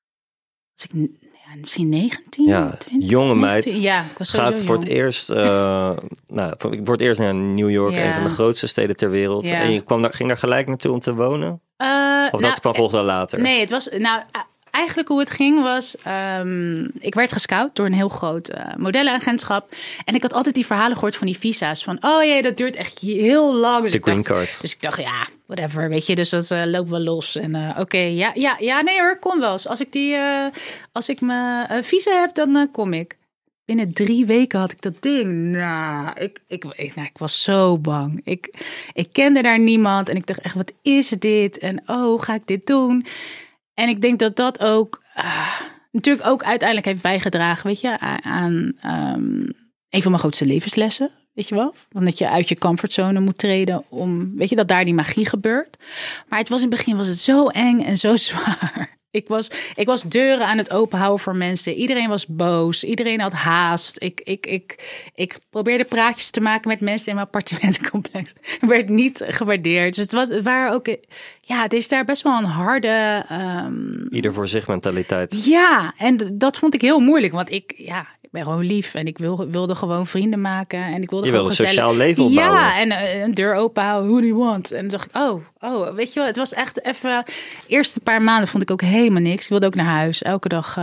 Was ik, ja, misschien negentien, ja, twintig, jonge meid. negentien, ja, ik was gaat voor jong. het eerst... Uh, nou, voor het eerst naar New York, ja. een van de grootste steden ter wereld. Ja. En je kwam daar, ging daar gelijk naartoe om te wonen? Uh, of dat nou, kwam volgende later? Nee, het was... Nou, eigenlijk hoe het ging was... Um, ik werd gescout door een heel groot uh, modellenagentschap. En ik had altijd die verhalen gehoord van die visa's. Van, oh jee, dat duurt echt heel lang. Dus de ik green dacht, card. Dus ik dacht, ja, whatever, weet je. Dus dat uh, loopt wel los. En uh, oké, okay, ja, ja, ja, nee hoor, kom wel eens. Als ik, die, uh, als ik mijn uh, visa heb, dan uh, kom ik. Binnen drie weken had ik dat ding. Nou, ik, ik, ik, nou, ik was zo bang. Ik, ik kende daar niemand. En ik dacht echt, wat is dit? En oh, hoe ga ik dit doen? En ik denk dat dat ook uh, natuurlijk ook uiteindelijk heeft bijgedragen, weet je, aan um, een van mijn grootste levenslessen, weet je wel. Want dat je uit je comfortzone moet treden om, weet je, dat daar die magie gebeurt. Maar het was in het begin was het zo eng en zo zwaar. Ik was, ik was deuren aan het openhouden voor mensen. Iedereen was boos. Iedereen had haast. Ik, ik, ik, ik probeerde praatjes te maken met mensen in mijn appartementencomplex. Ik werd niet gewaardeerd. Dus het, was, het waren ook... Ja, het is daar best wel een harde... Um... Ieder voor zich mentaliteit. Ja, en dat vond ik heel moeilijk. Want ik... Ja, ik ben gewoon lief en ik wil, wilde gewoon vrienden maken. En ik wilde je gewoon wilde een gezellig... sociaal leven opbouwen. Ja, en uh, een deur openhouden, who do you want? En dan dacht ik, oh, oh, weet je wel, het was echt even... Eerste paar maanden vond ik ook helemaal niks. Ik wilde ook naar huis, elke dag... Uh,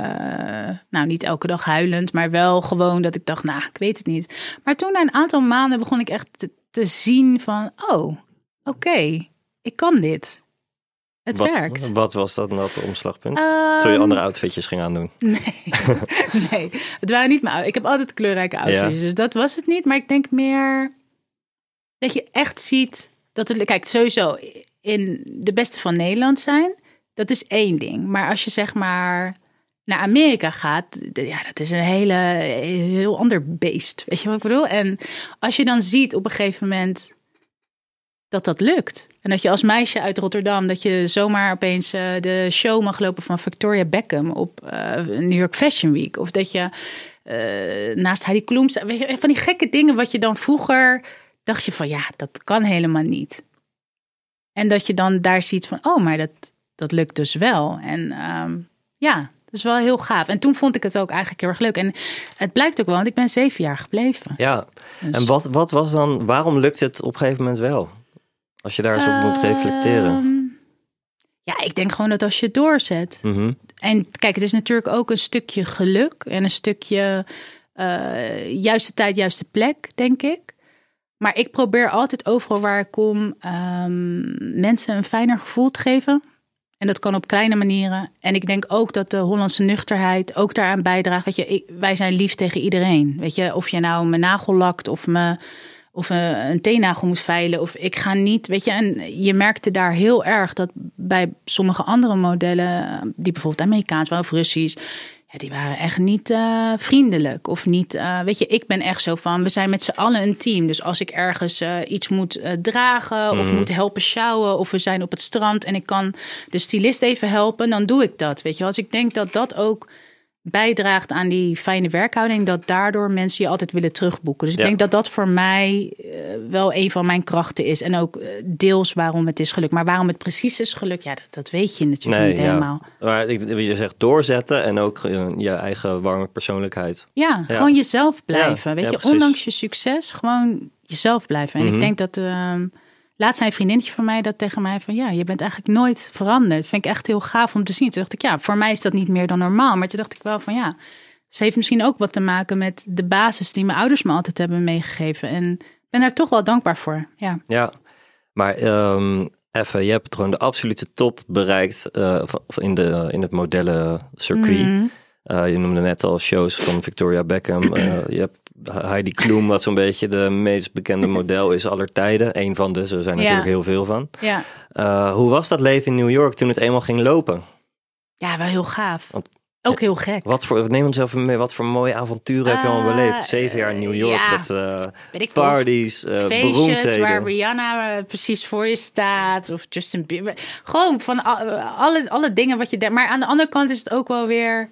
nou, niet elke dag huilend, maar wel gewoon dat ik dacht, nou, ik weet het niet. Maar toen na een aantal maanden begon ik echt te, te zien van, oh, oké, okay, ik kan dit. Het wat, werkt. Wat was dat nou het omslagpunt? Um, Toen je andere outfitjes ging aandoen? Nee, nee, het waren niet mijn... Ik heb altijd kleurrijke outfits, ja. Dus dat was het niet. Maar ik denk meer dat je echt ziet dat het... Kijk, sowieso in de beste van Nederland zijn, dat is één ding. Maar als je zeg maar naar Amerika gaat, ja, dat is een hele heel ander beest. Weet je wat ik bedoel? En als je dan ziet op een gegeven moment dat dat lukt. En dat je als meisje uit Rotterdam, dat je zomaar opeens uh, de show mag lopen van Victoria Beckham op uh, New York Fashion Week. Of dat je uh, naast Heidi Klum staat. Van die gekke dingen wat je dan vroeger dacht je van, ja, dat kan helemaal niet. En dat je dan daar ziet van, oh, maar dat, dat lukt dus wel. En um, ja, dat is wel heel gaaf. En toen vond ik het ook eigenlijk heel erg leuk. En het blijkt ook wel, want ik ben zeven jaar gebleven. Ja, dus. En wat, wat was dan, waarom lukt het op een gegeven moment wel? Als je daar eens op uh, moet reflecteren. Ja, ik denk gewoon dat als je het doorzet. Mm-hmm. En kijk, het is natuurlijk ook een stukje geluk. En een stukje uh, juiste tijd, juiste plek, denk ik. Maar ik probeer altijd overal waar ik kom um, mensen een fijner gevoel te geven. En dat kan op kleine manieren. En ik denk ook dat de Hollandse nuchterheid ook daaraan bijdraagt. Weet je, ik, wij zijn lief tegen iedereen. Weet je, of je nou mijn nagel lakt of me... of een teennagel moet veilen. Of ik ga niet, weet je. En je merkte daar heel erg dat bij sommige andere modellen, die bijvoorbeeld Amerikaans waren of Russisch, ja, die waren echt niet uh, vriendelijk. Of niet, uh, weet je, ik ben echt zo van, we zijn met z'n allen een team. Dus als ik ergens uh, iets moet uh, dragen, mm. of moet helpen sjouwen, of we zijn op het strand en ik kan de stylist even helpen, dan doe ik dat. Weet je, als ik denk dat dat ook bijdraagt aan die fijne werkhouding, dat daardoor mensen je altijd willen terugboeken. Dus ik ja. denk dat dat voor mij uh, wel een van mijn krachten is. En ook uh, deels waarom het is gelukt. Maar waarom het precies is gelukt, ja, dat, dat weet je natuurlijk nee, niet ja. helemaal. Maar je zegt doorzetten en ook uh, je eigen warme persoonlijkheid. Ja, ja. gewoon jezelf blijven. Ja, weet ja, je, precies. Ondanks je succes, gewoon jezelf blijven. En mm-hmm. ik denk dat Uh, laatst zei een vriendinnetje van mij dat tegen mij van ja, je bent eigenlijk nooit veranderd. Dat vind ik echt heel gaaf om te zien. Toen dacht ik ja, voor mij is dat niet meer dan normaal. Maar toen dacht ik wel van ja, ze heeft misschien ook wat te maken met de basis die mijn ouders me altijd hebben meegegeven. En ik ben daar toch wel dankbaar voor. Ja, ja maar um, even, je hebt gewoon de absolute top bereikt uh, in, de, in het modellencircuit. Mm-hmm. Uh, je noemde net al shows van Victoria Beckham. Uh, je hebt Heidi Klum, wat zo'n beetje de meest bekende model is aller tijden. Eén van de, er zijn natuurlijk ja. heel veel van. Ja. Uh, hoe was dat leven in New York toen het eenmaal ging lopen? Ja, wel heel gaaf. Want, ook heel gek. Wat voor, neem ons even mee, wat voor mooie avonturen uh, heb je allemaal beleefd? Zeven jaar in New York ja, met uh, parties, uh, feestjes beroemdheden. Waar Rihanna uh, precies voor je staat. Of Justin Bieber. Gewoon van alle, alle dingen wat je denkt. Maar aan de andere kant is het ook wel weer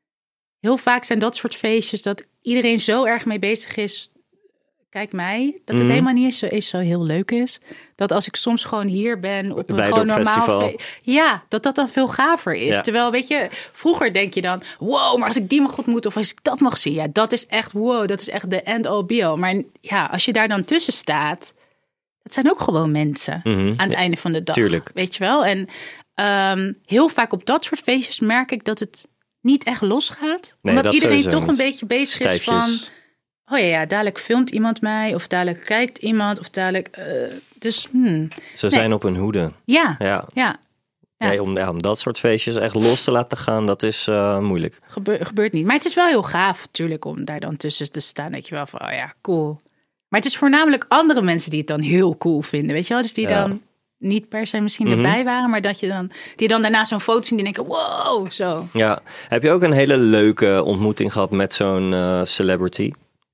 heel vaak zijn dat soort feestjes dat iedereen zo erg mee bezig is. Kijk mij, dat het mm. helemaal niet eens zo, eens zo heel leuk is. Dat als ik soms gewoon hier ben op een Bij gewoon normaal fe- ja, dat dat dan veel gaver is. Ja. Terwijl, weet je, vroeger denk je dan, wow, maar als ik die mag ontmoeten of als ik dat mag zien, ja, dat is echt wow, dat is echt de end all be all. Maar ja, als je daar dan tussen staat, dat zijn ook gewoon mensen mm-hmm. aan het ja, einde van de dag. Tuurlijk. Weet je wel? En um, heel vaak op dat soort feestjes merk ik dat het niet echt losgaat. Nee, omdat iedereen toch een beetje bezig Stijfjes. is van, oh ja, ja, dadelijk filmt iemand mij, of dadelijk kijkt iemand, of dadelijk, uh, dus, hmm. Ze nee. zijn op hun hoede. Ja, ja. ja. ja. Nee, om, ja, om dat soort feestjes echt los te laten gaan, dat is uh, moeilijk. Gebeur, gebeurt niet. Maar het is wel heel gaaf, natuurlijk, om daar dan tussen te staan. Dat je wel van, oh ja, cool. Maar het is voornamelijk andere mensen die het dan heel cool vinden, weet je wel? Dus die ja. dan niet per se misschien mm-hmm. erbij waren, maar dat je dan die dan daarna zo'n foto zien die denken, wow, zo. Ja, heb je ook een hele leuke ontmoeting gehad met zo'n uh, celebrity?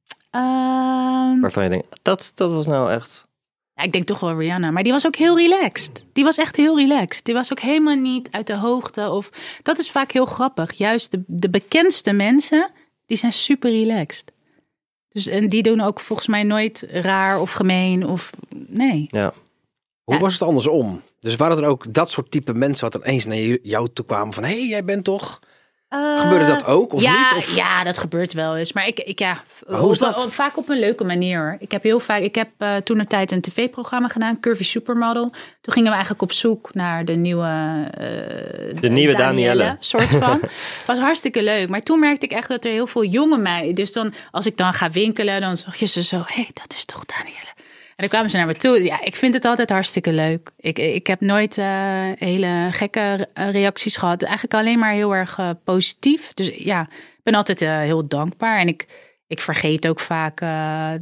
Um, Waarvan je denkt, dat, dat was nou echt... Ja, ik denk toch wel Rihanna, maar die was ook heel relaxed. Die was echt heel relaxed. Die was ook helemaal niet uit de hoogte. Of dat is vaak heel grappig. Juist de, de bekendste mensen, die zijn super relaxed. Dus en die doen ook volgens mij nooit raar of gemeen of nee. Ja. Hoe ja. was het andersom? Dus waren er ook dat soort type mensen wat ineens naar jou toe kwamen van, hé, hey, jij bent toch... Uh, Gebeurde dat ook of ja, niet? Of? Ja, dat gebeurt wel eens. Maar ik, ik ja, hoe is dat? Op, vaak op een leuke manier. Hoor. Ik heb heel vaak, ik heb uh, toen een tijd een tv-programma gedaan, Curvy Supermodel. Toen gingen we eigenlijk op zoek naar de nieuwe, uh, de nieuwe Danielle, Danielle soort van. Was hartstikke leuk. Maar toen merkte ik echt dat er heel veel jonge meiden. Dus dan, als ik dan ga winkelen, dan zag je ze zo, hé, hey, dat is toch Danielle. En dan kwamen ze naar me toe. Ja, ik vind het altijd hartstikke leuk. Ik, ik heb nooit uh, hele gekke reacties gehad. Eigenlijk alleen maar heel erg uh, positief. Dus ja, ik ben altijd uh, heel dankbaar. En ik, ik vergeet ook vaak uh,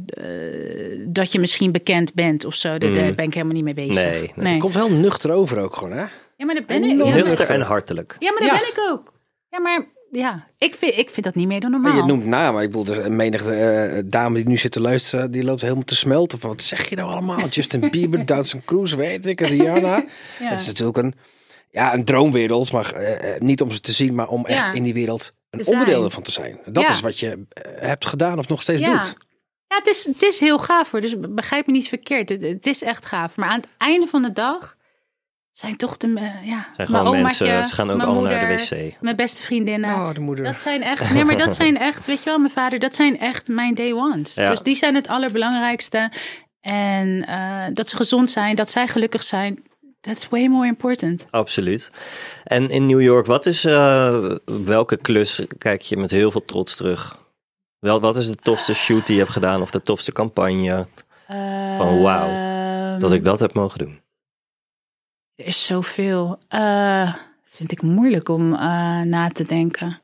uh, dat je misschien bekend bent of zo. Daar mm. ben ik helemaal niet mee bezig. Nee, nee. nee. Je komt wel nuchter over ook gewoon, hè? Ja, maar dat ben ik. Ja, nuchter maar, en hartelijk. Ja, maar dat ja. ben ik ook. Ja, maar... Ja, ik vind, ik vind dat niet meer dan normaal. Je noemt namen. Ik bedoel, de menige uh, dame die nu zit te luisteren, die loopt helemaal te smelten. Van, wat zeg je nou allemaal? Justin Bieber, Dawson Cruise, weet ik, Rihanna. Ja. Het is natuurlijk een, ja, een droomwereld, maar uh, niet om ze te zien, maar om echt ja. in die wereld een onderdeel ervan te zijn. Dat ja. is wat je uh, hebt gedaan of nog steeds ja. doet. Ja, het is, het is heel gaaf hoor. Dus begrijp me niet verkeerd. Het, het is echt gaaf. Maar aan het einde van de dag zijn toch de, uh, ja, zijn gewoon omaatje, mensen, ze gaan ook allemaal moeder, naar de wc. Mijn beste vriendinnen. Oh, de moeder. Dat zijn echt, nee, maar dat zijn echt, weet je wel, mijn vader, dat zijn echt mijn day ones. Ja. Dus die zijn het allerbelangrijkste. En uh, dat ze gezond zijn, dat zij gelukkig zijn. That's way more important. Absoluut. En in New York, wat is, uh, welke klus kijk je met heel veel trots terug? Wel, wat is de tofste shoot die je hebt gedaan of de tofste campagne? Uh, Van wauw, dat ik dat heb mogen doen. Er is zoveel. Uh, vind ik moeilijk om uh, na te denken.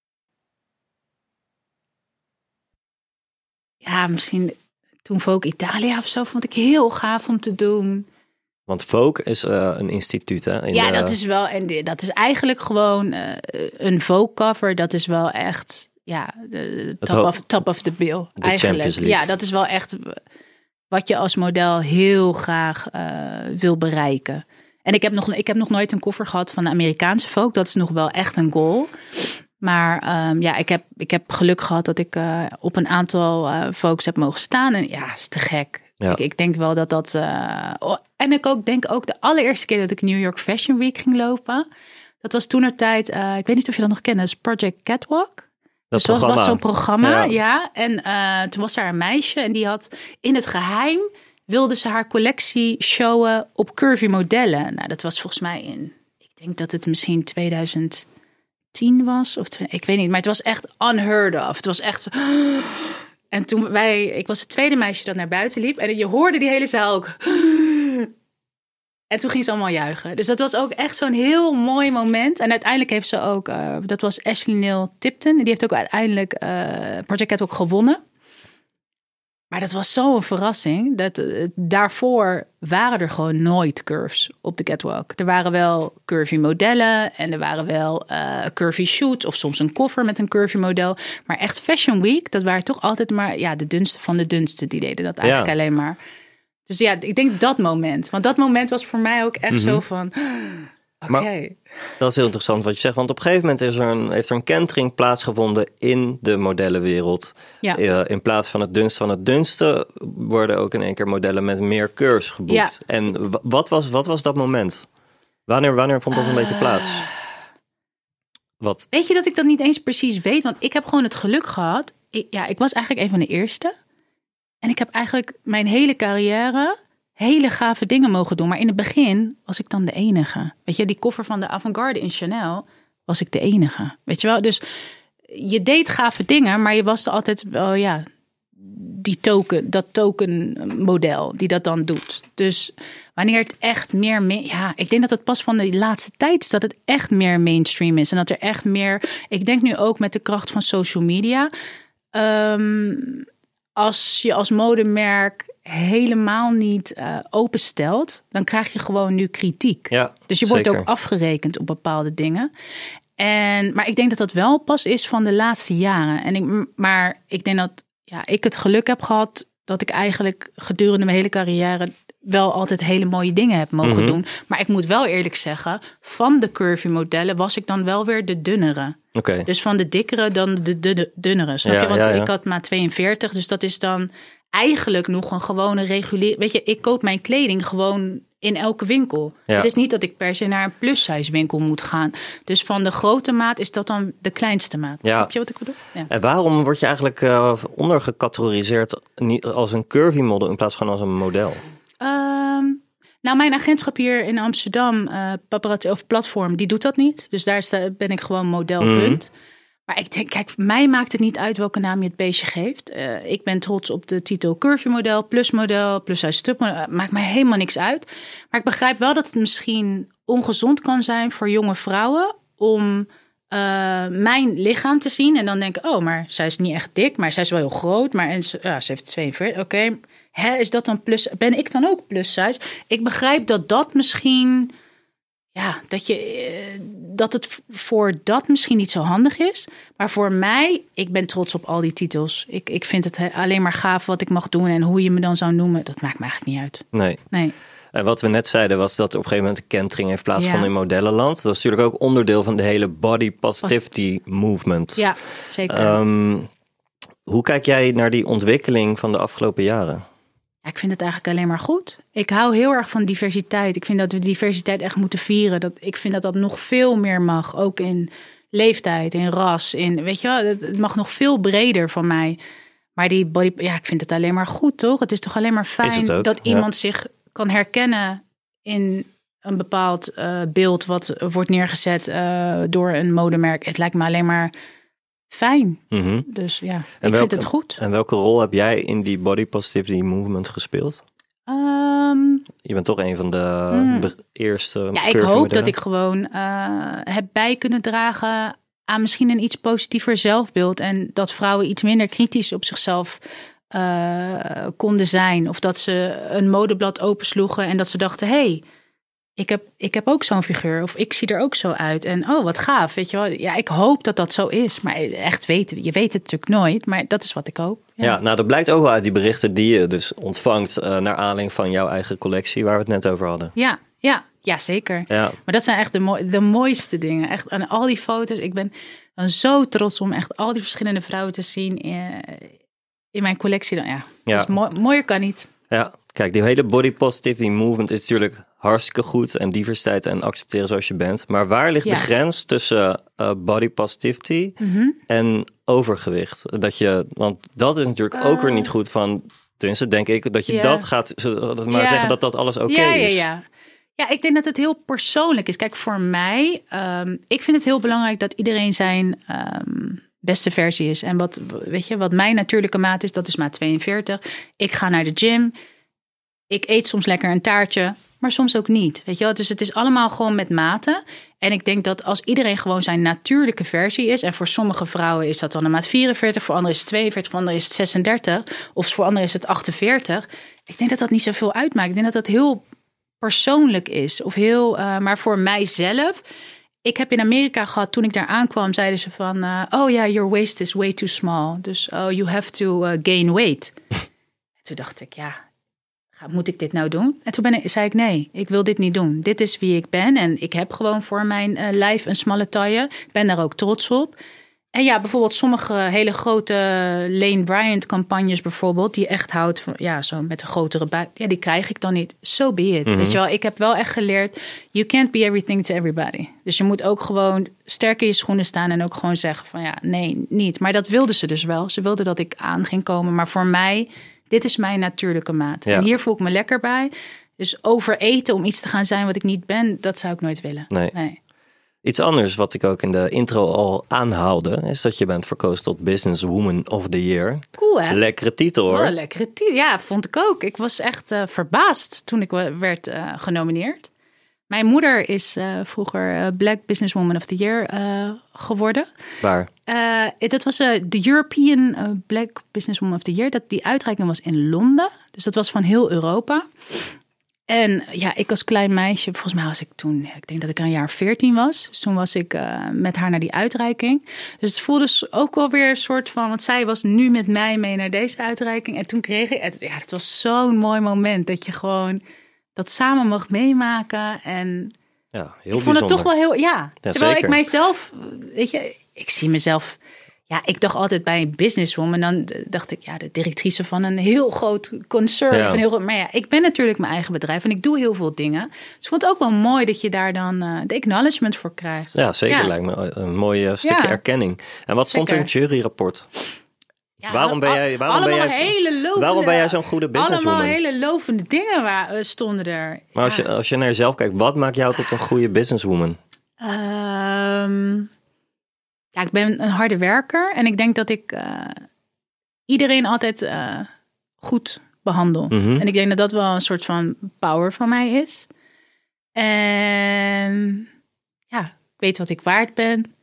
Ja, misschien toen Vogue Italia of zo vond ik heel gaaf om te doen. Want Vogue is uh, een instituut, hè? In ja, de... dat is wel. En dat is eigenlijk gewoon uh, een Vogue cover. Dat is wel echt. Ja, de top, ho- of, top of the bill. De eigenlijk. Ja, dat is wel echt wat je als model heel graag uh, wil bereiken. En ik heb, nog, ik heb nog nooit een koffer gehad van de Amerikaanse Vogue. Dat is nog wel echt een goal. Maar um, ja, ik heb, ik heb geluk gehad dat ik uh, op een aantal uh, Vogues heb mogen staan. En ja, is te gek. Ja. Ik, ik denk wel dat dat... Uh, oh, en ik ook, denk ook de allereerste keer dat ik New York Fashion Week ging lopen. Dat was toentertijd, uh, ik weet niet of je dat nog kent, dat is Project Catwalk. Dat dus was, was zo'n programma, ja. ja. En uh, toen was daar een meisje en die had in het geheim... wilde ze haar collectie showen op curvy modellen. Nou, dat was volgens mij in... Ik denk dat het misschien tweeduizend tien was. Of ik weet niet, maar het was echt unheard of. Het was echt zo... En toen wij... Ik was het tweede meisje dat naar buiten liep. En je hoorde die hele zaal ook... En toen ging ze allemaal juichen. Dus dat was ook echt zo'n heel mooi moment. En uiteindelijk heeft ze ook... Uh, dat was Ashley Neal Tipton. En die heeft ook uiteindelijk uh, Project Catwalk gewonnen. Maar dat was zo'n verrassing. Dat, uh, daarvoor waren er gewoon nooit curves op de catwalk. Er waren wel curvy modellen. En er waren wel uh, curvy shoots. Of soms een koffer met een curvy model. Maar echt Fashion Week, dat waren toch altijd maar... Ja, de dunste van de dunste. Die deden dat eigenlijk ja. alleen maar... Dus ja, ik denk dat moment. Want dat moment was voor mij ook echt mm-hmm. zo van... Oké. Okay. Dat is heel interessant wat je zegt. Want op een gegeven moment is er een, heeft er een kentering plaatsgevonden in de modellenwereld. Ja. Uh, in plaats van het dunst van het dunste... worden ook in één keer modellen met meer curves geboekt. Ja. En w- wat, was, wat was dat moment? Wanneer, wanneer vond dat een uh, beetje plaats? Wat? Weet je dat ik dat niet eens precies weet? Want ik heb gewoon het geluk gehad. Ik, ja, ik was eigenlijk een van de eerste... En ik heb eigenlijk mijn hele carrière hele gave dingen mogen doen. Maar in het begin was ik dan de enige. Weet je, die koffer van de Avantgarde in Chanel was ik de enige. Weet je wel? Dus je deed gave dingen, maar je was er altijd wel, ja, die token, dat tokenmodel die dat dan doet. Dus wanneer het echt meer, me- ja, ik denk dat het pas van de laatste tijd is dat het echt meer mainstream is. En dat er echt meer, ik denk nu ook met de kracht van social media... Um, Als je als modemerk helemaal niet uh, openstelt, dan krijg je gewoon nu kritiek. Ja, dus je wordt zeker. ook afgerekend op bepaalde dingen. En, maar ik denk dat dat wel pas is van de laatste jaren. En ik, maar ik denk dat ja, ik het geluk heb gehad dat ik eigenlijk gedurende mijn hele carrière wel altijd hele mooie dingen heb mogen mm-hmm. doen. Maar ik moet wel eerlijk zeggen, van de curvy modellen was ik dan wel weer de dunnere. Okay. Dus van de dikkere dan de, de, de dunnere. Snap ja, je? Want ja, ja. ik had maar tweeënveertig. Dus dat is dan eigenlijk nog een gewone reguliere... Weet je, ik koop mijn kleding gewoon in elke winkel. Ja. Het is niet dat ik per se naar een plus-size winkel moet gaan. Dus van de grote maat is dat dan de kleinste maat. Ja. Snap je wat ik bedoel? Ja. En waarom word je eigenlijk uh, ondergecategoriseerd als een curvy model in plaats van als een model? Um, nou, mijn agentschap hier in Amsterdam, uh, paparazzi of platform, die doet dat niet. Dus daar sta, ben ik gewoon model, mm. punt. Maar ik denk, kijk, mij maakt het niet uit welke naam je het beestje geeft. Uh, ik ben trots op de titel curvy model, plus model, plus size stub model. Uh, maakt mij helemaal niks uit. Maar ik begrijp wel dat het misschien ongezond kan zijn voor jonge vrouwen om uh, mijn lichaam te zien. En dan denken, oh, maar zij is niet echt dik, maar zij is wel heel groot. Maar en ze, ja, ze heeft tweeënveertig, oké. Okay. Hè, is dat dan plus? Ben ik dan ook plus size? Ik begrijp dat dat misschien, ja, dat je, dat het voor dat misschien niet zo handig is. Maar voor mij, ik ben trots op al die titels. Ik, ik vind het alleen maar gaaf wat ik mag doen en hoe je me dan zou noemen. Dat maakt me eigenlijk niet uit. Nee. Nee. En wat we net zeiden was dat er op een gegeven moment een kentering heeft plaatsgevonden ja. in modellenland. Dat is natuurlijk ook onderdeel van de hele body positivity Post- movement. Ja, zeker. Um, hoe kijk jij naar die ontwikkeling van de afgelopen jaren? Ja, ik vind het eigenlijk alleen maar goed. Ik hou heel erg van diversiteit. Ik vind dat we diversiteit echt moeten vieren. Dat, ik vind dat dat nog veel meer mag. Ook in leeftijd, in ras. In, weet je wel, het mag nog veel breder van mij. Maar die body, ja, ik vind het alleen maar goed, toch? Het is toch alleen maar fijn dat ja. iemand zich kan herkennen in een bepaald uh, beeld wat wordt neergezet uh, door een modemerk. Het lijkt me alleen maar fijn. Mm-hmm. Dus ja, en ik welke, vind het goed. En welke rol heb jij in die body positivity movement gespeeld? Um, Je bent toch een van de Mm. be- eerste Ja, ik curvy hoop modellen. dat ik gewoon uh, heb bij kunnen dragen aan misschien een iets positiever zelfbeeld. En dat vrouwen iets minder kritisch op zichzelf uh, konden zijn. Of dat ze een modeblad opensloegen en dat ze dachten, hé, hey, ik heb, ik heb ook zo'n figuur. Of ik zie er ook zo uit. En oh, wat gaaf, weet je wel. Ja, ik hoop dat dat zo is. Maar echt weten, je weet het natuurlijk nooit. Maar dat is wat ik hoop. Ja. Ja, ja, nou dat blijkt ook wel uit die berichten die je dus ontvangt uh, naar aanleiding van jouw eigen collectie, waar we het net over hadden. ja, ja, ja zeker. Ja. Maar dat zijn echt de, mooi, de mooiste dingen. Echt aan al die foto's. Ik ben dan zo trots om echt al die verschillende vrouwen te zien in, in mijn collectie. Dan, ja, Ja. Dus mooi, mooier kan niet. Ja, kijk, die hele body positivity movement is natuurlijk hartstikke goed. En diversiteit en accepteren zoals je bent. Maar waar ligt Ja. de grens tussen uh, body positivity Mm-hmm. en overgewicht? Dat je, want dat is natuurlijk ook weer niet goed van, tenminste denk ik, dat je Ja. dat gaat maar Ja. zeggen dat dat alles oké ja, is. ja, ja. Ja, ik denk dat het heel persoonlijk is. Kijk, voor mij, um, ik vind het heel belangrijk dat iedereen zijn um, beste versie is. En wat, weet je, wat mijn natuurlijke maat is, dat is maat tweeënveertig. Ik ga naar de gym. Ik eet soms lekker een taartje, maar soms ook niet. Weet je wel? Dus het is allemaal gewoon met mate. En ik denk dat als iedereen gewoon zijn natuurlijke versie is, en voor sommige vrouwen is dat dan een maat vierenveertig, voor anderen is het tweeënveertig, voor anderen is het zesendertig, of voor anderen is het achtenveertig. Ik denk dat dat niet zoveel uitmaakt. Ik denk dat dat heel persoonlijk is. Of heel, uh, maar voor mijzelf. Ik heb in Amerika gehad, toen ik daar aankwam, zeiden ze van, uh, oh ja, your waist is way too small. Dus oh, you have to uh, gain weight. Toen dacht ik, ja, ga, moet ik dit nou doen? En toen ben ik, zei ik, nee, ik wil dit niet doen. Dit is wie ik ben en ik heb gewoon voor mijn uh, lijf een smalle taille. Ik ben daar ook trots op. En ja, bijvoorbeeld sommige hele grote Lane Bryant campagnes bijvoorbeeld, die echt houdt van, ja, zo met een grotere buik. Ja, die krijg ik dan niet. So be it. Mm-hmm. Weet je wel, ik heb wel echt geleerd, you can't be everything to everybody. Dus je moet ook gewoon sterk in je schoenen staan en ook gewoon zeggen van, ja, nee, niet. Maar dat wilden ze dus wel. Ze wilden dat ik aan ging komen. Maar voor mij, dit is mijn natuurlijke maat. Ja. En hier voel ik me lekker bij. Dus overeten om iets te gaan zijn wat ik niet ben, dat zou ik nooit willen. Nee. nee. Iets anders wat ik ook in de intro al aanhaalde, is dat je bent verkozen tot Businesswoman of the Year. Cool, hè? Lekkere titel, hoor. Oh, lekkere titel. Ja, vond ik ook. Ik was echt uh, verbaasd toen ik werd uh, genomineerd. Mijn moeder is uh, vroeger uh, Black Businesswoman of the Year uh, geworden. Waar? Uh, dat was uh, de European uh, Black Businesswoman of the Year. Dat, die uitreiking was in Londen. Dus dat was van heel Europa. En ja, ik als klein meisje, volgens mij was ik toen, ik denk dat ik een jaar veertien was. Dus toen was ik uh, met haar naar die uitreiking. Dus het voelde ook wel weer een soort van, want zij was nu met mij mee naar deze uitreiking. En toen kreeg ik, het, ja, het was zo'n mooi moment dat je gewoon dat samen mag meemaken. En ja, heel ik vond het toch wel heel, ja. ja terwijl zeker. ik mijzelf, weet je, ik zie mezelf. Ja, ik dacht altijd bij een businesswoman, dan dacht ik, ja, de directrice van een heel groot concern. Ja. Van heel, maar ja, ik ben natuurlijk mijn eigen bedrijf en ik doe heel veel dingen. Dus ik vond het ook wel mooi dat je daar dan uh, de acknowledgement voor krijgt. Ja, zeker. Ja. Lijkt me een mooi uh, stukje Ja. erkenning. En wat stond er in het juryrapport? Ja, waarom ben jij, waarom ben allemaal jij, hele lovende, waarom ben jij zo'n goede businesswoman? Allemaal hele lovende dingen waar, uh, stonden er. Maar als, ja. je, als je naar jezelf kijkt, wat maakt jou tot een goede businesswoman? Um, ja, ik ben een harde werker en ik denk dat ik uh, iedereen altijd uh, goed behandel. Mm-hmm. En ik denk dat dat wel een soort van power van mij is. En ja, ik weet wat ik waard ben.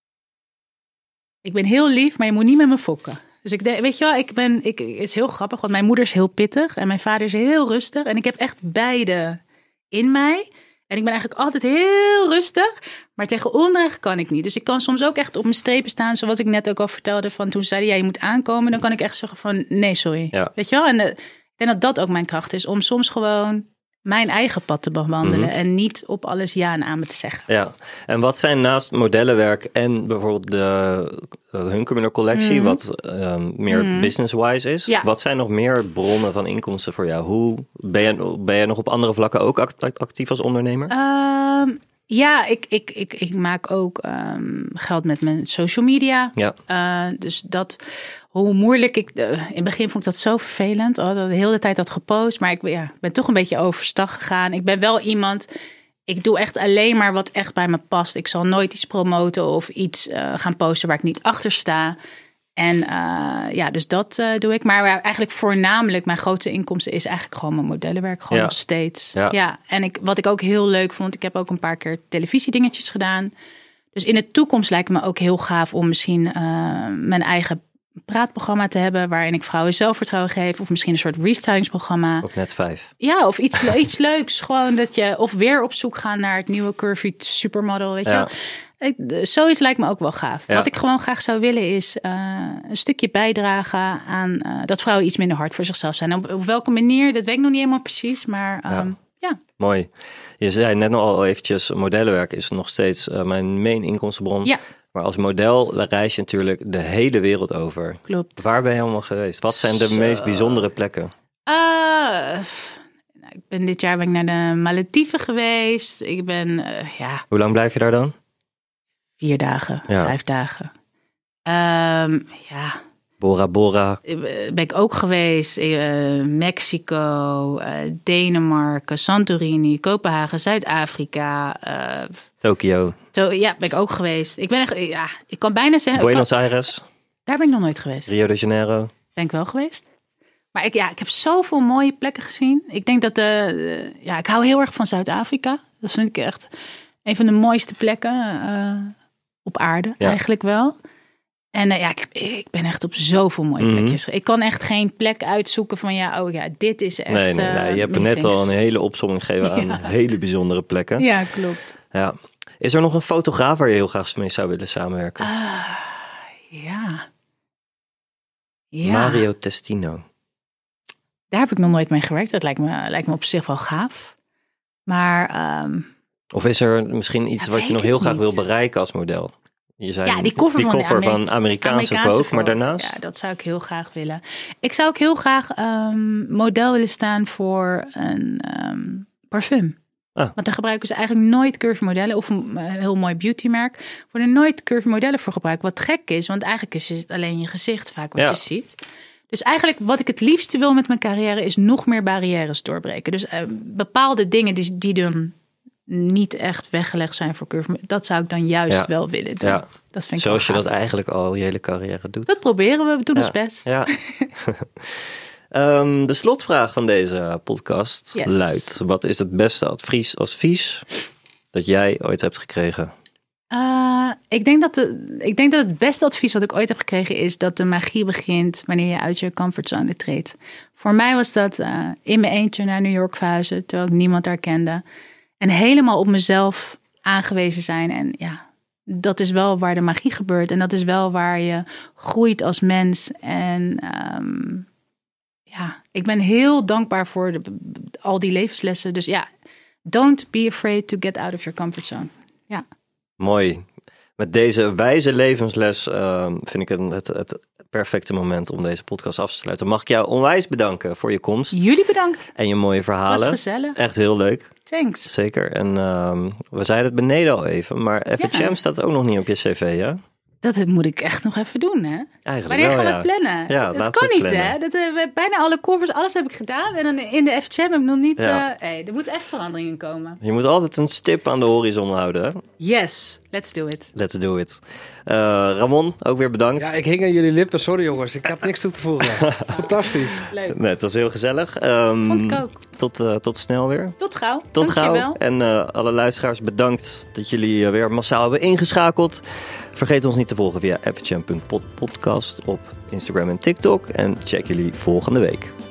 Ik ben heel lief, maar je moet niet met me fokken. Dus ik denk, weet je wel, ik ben, ik, het is heel grappig, want mijn moeder is heel pittig en mijn vader is heel rustig. En ik heb echt beide in mij. En ik ben eigenlijk altijd heel rustig, maar tegen onrecht kan ik niet. Dus ik kan soms ook echt op mijn strepen staan, zoals ik net ook al vertelde. Van toen zeiden, ja, je moet aankomen. Dan kan ik echt zeggen van, nee, sorry. Ja. Weet je wel? En uh, ik denk dat dat ook mijn kracht is, om soms gewoon mijn eigen pad te bewandelen. Mm-hmm. En niet op alles ja en amen te zeggen. Ja, en wat zijn naast modellenwerk en bijvoorbeeld de uh, Hunkemuller collectie, mm-hmm. wat uh, meer mm-hmm. business-wise is. Ja. Wat zijn nog meer bronnen van inkomsten voor jou? Hoe ben je, ben je nog op andere vlakken ook actief als ondernemer? Um, ja, ik, ik, ik, ik maak ook um, geld met mijn social media. Ja. Uh, dus dat... Hoe moeilijk ik... Uh, in het begin vond ik dat zo vervelend. Oh, dat de hele tijd had gepost. Maar ik ja, ben toch een beetje overstag gegaan. Ik ben wel iemand... Ik doe echt alleen maar wat echt bij me past. Ik zal nooit iets promoten of iets uh, gaan posten waar ik niet achter sta. En uh, ja, dus dat uh, doe ik. Maar eigenlijk voornamelijk mijn grootste inkomsten is eigenlijk gewoon mijn modellenwerk. Gewoon ja. nog steeds. Ja. ja. En ik, wat ik ook heel leuk vond, ik heb ook een paar keer televisiedingetjes gedaan. Dus in de toekomst lijkt het me ook heel gaaf om misschien uh, mijn eigen praatprogramma te hebben, waarin ik vrouwen zelfvertrouwen geef. Of misschien een soort restylingsprogramma. Op Net vijf. Ja, of iets, iets leuks. Gewoon dat je, of weer op zoek gaan naar het nieuwe curvy supermodel, weet je Ja. wel. Zoiets lijkt me ook wel gaaf. Ja. Wat ik gewoon graag zou willen is uh, een stukje bijdragen aan uh, dat vrouwen iets minder hard voor zichzelf zijn. Op, op welke manier, dat weet ik nog niet helemaal precies, maar um, ja. ja. Mooi. Je zei net nog al eventjes, modellenwerk is nog steeds uh, mijn main inkomstenbron. Ja. Maar als model reis je natuurlijk de hele wereld over. Klopt. Waar ben je allemaal geweest? Wat zijn de Zo. meest bijzondere plekken? Uh, nou, ik ben dit jaar ben ik naar de Malediven geweest. Ik ben, uh, ja... Hoe lang blijf je daar dan? Vier dagen, Ja. vijf dagen. Um, ja... Bora Bora. Ben ik ook geweest. Uh, Mexico, uh, Denemarken, Santorini, Kopenhagen, Zuid-Afrika. Uh, Tokio. zo, ja, ben ik ook geweest. Ik ben echt, ja, ik kan bijna zeggen... Buenos kan, Aires. daar ben ik nog nooit geweest. Rio de Janeiro. Ben ik wel geweest. Maar ik, ja, ik heb zoveel mooie plekken gezien. Ik denk dat de... Uh, ja, ik hou heel erg van Zuid-Afrika. Dat vind ik echt een van de mooiste plekken uh, op aarde. Ja. Eigenlijk wel. En uh, ja, ik, ik ben echt op zoveel mooie Mm-hmm. plekjes. Ik kan echt geen plek uitzoeken van ja, oh ja, dit is echt... Nee, nee, nee. Je hebt uh, net al een hele opsomming gegeven aan ja. hele bijzondere plekken. Ja, klopt. Ja. Is er nog een fotograaf waar je heel graag mee zou willen samenwerken? Uh, ja. ja. Mario Testino. Daar heb ik nog nooit mee gewerkt. Dat lijkt me, lijkt me op zich wel gaaf. Maar... Um, of is er misschien iets ja, wat je nog heel graag niet. wil bereiken als model? Je zei, ja, die koffer, die van, koffer de Amer- van Amerikaanse, Amerikaanse Vogue, Vogue. maar daarnaast? Ja, dat zou ik heel graag willen. Ik zou ook heel graag um, model willen staan voor een um, parfum. Ah. Want daar gebruiken ze eigenlijk nooit curvy modellen. Of een uh, heel mooi beautymerk. Worden er nooit curvy modellen voor gebruikt. Wat gek is, want eigenlijk is het alleen je gezicht vaak wat ja. je ziet. Dus eigenlijk wat ik het liefste wil met mijn carrière is nog meer barrières doorbreken. Dus uh, bepaalde dingen die, die dan niet echt weggelegd zijn voor curvy, dat zou ik dan juist ja. wel willen doen. Ja. Dat vind ik Zoals je gaaf. dat eigenlijk al je hele carrière doet. Dat proberen we, we doen ja. ons best. Ja. um, de slotvraag van deze podcast yes. luidt: wat is het beste advies, advies dat jij ooit hebt gekregen? Uh, ik, denk dat de, ik denk dat het beste advies wat ik ooit heb gekregen is dat de magie begint wanneer je uit je comfortzone treedt. Voor mij was dat uh, in mijn eentje naar New York verhuizen, terwijl ik niemand daar kende. En helemaal op mezelf aangewezen zijn. En ja, dat is wel waar de magie gebeurt. En dat is wel waar je groeit als mens. En um, ja, ik ben heel dankbaar voor de, al die levenslessen. Dus ja, don't be afraid to get out of your comfort zone. Ja. Mooi. Met deze wijze levensles uh, vind ik het, het, het perfecte moment om deze podcast af te sluiten. Mag ik jou onwijs bedanken voor je komst. Jullie bedankt. En je mooie verhalen. Was gezellig. Echt heel leuk. Thanks. Zeker. En uh, we zeiden het beneden al even, maar F H M ja. staat ook nog niet op je cv, ja? Dat moet ik echt nog even doen, hè? Eigenlijk Wanneer wel, gaan we ja. het plannen? Ja, dat kan niet, hè? Dat, uh, bijna alle covers, alles heb ik gedaan. En dan in de F H M heb ik nog niet... Ja. Uh, hey, er moet echt verandering in komen. Je moet altijd een stip aan de horizon houden, hè? Yes, let's do it. Let's do it. Uh, Ramon, ook weer bedankt. Ja, ik hing aan jullie lippen. Sorry jongens, ik heb niks toe te voegen. Fantastisch. Leuk. Nee, het was heel gezellig. Um, Vond ik ook. Tot, uh, tot snel weer. Tot gauw. Tot Dank gauw. En uh, alle luisteraars bedankt dat jullie uh, weer massaal hebben ingeschakeld. Vergeet ons niet te volgen via f h m punt podcast op Instagram en TikTok. En check jullie volgende week.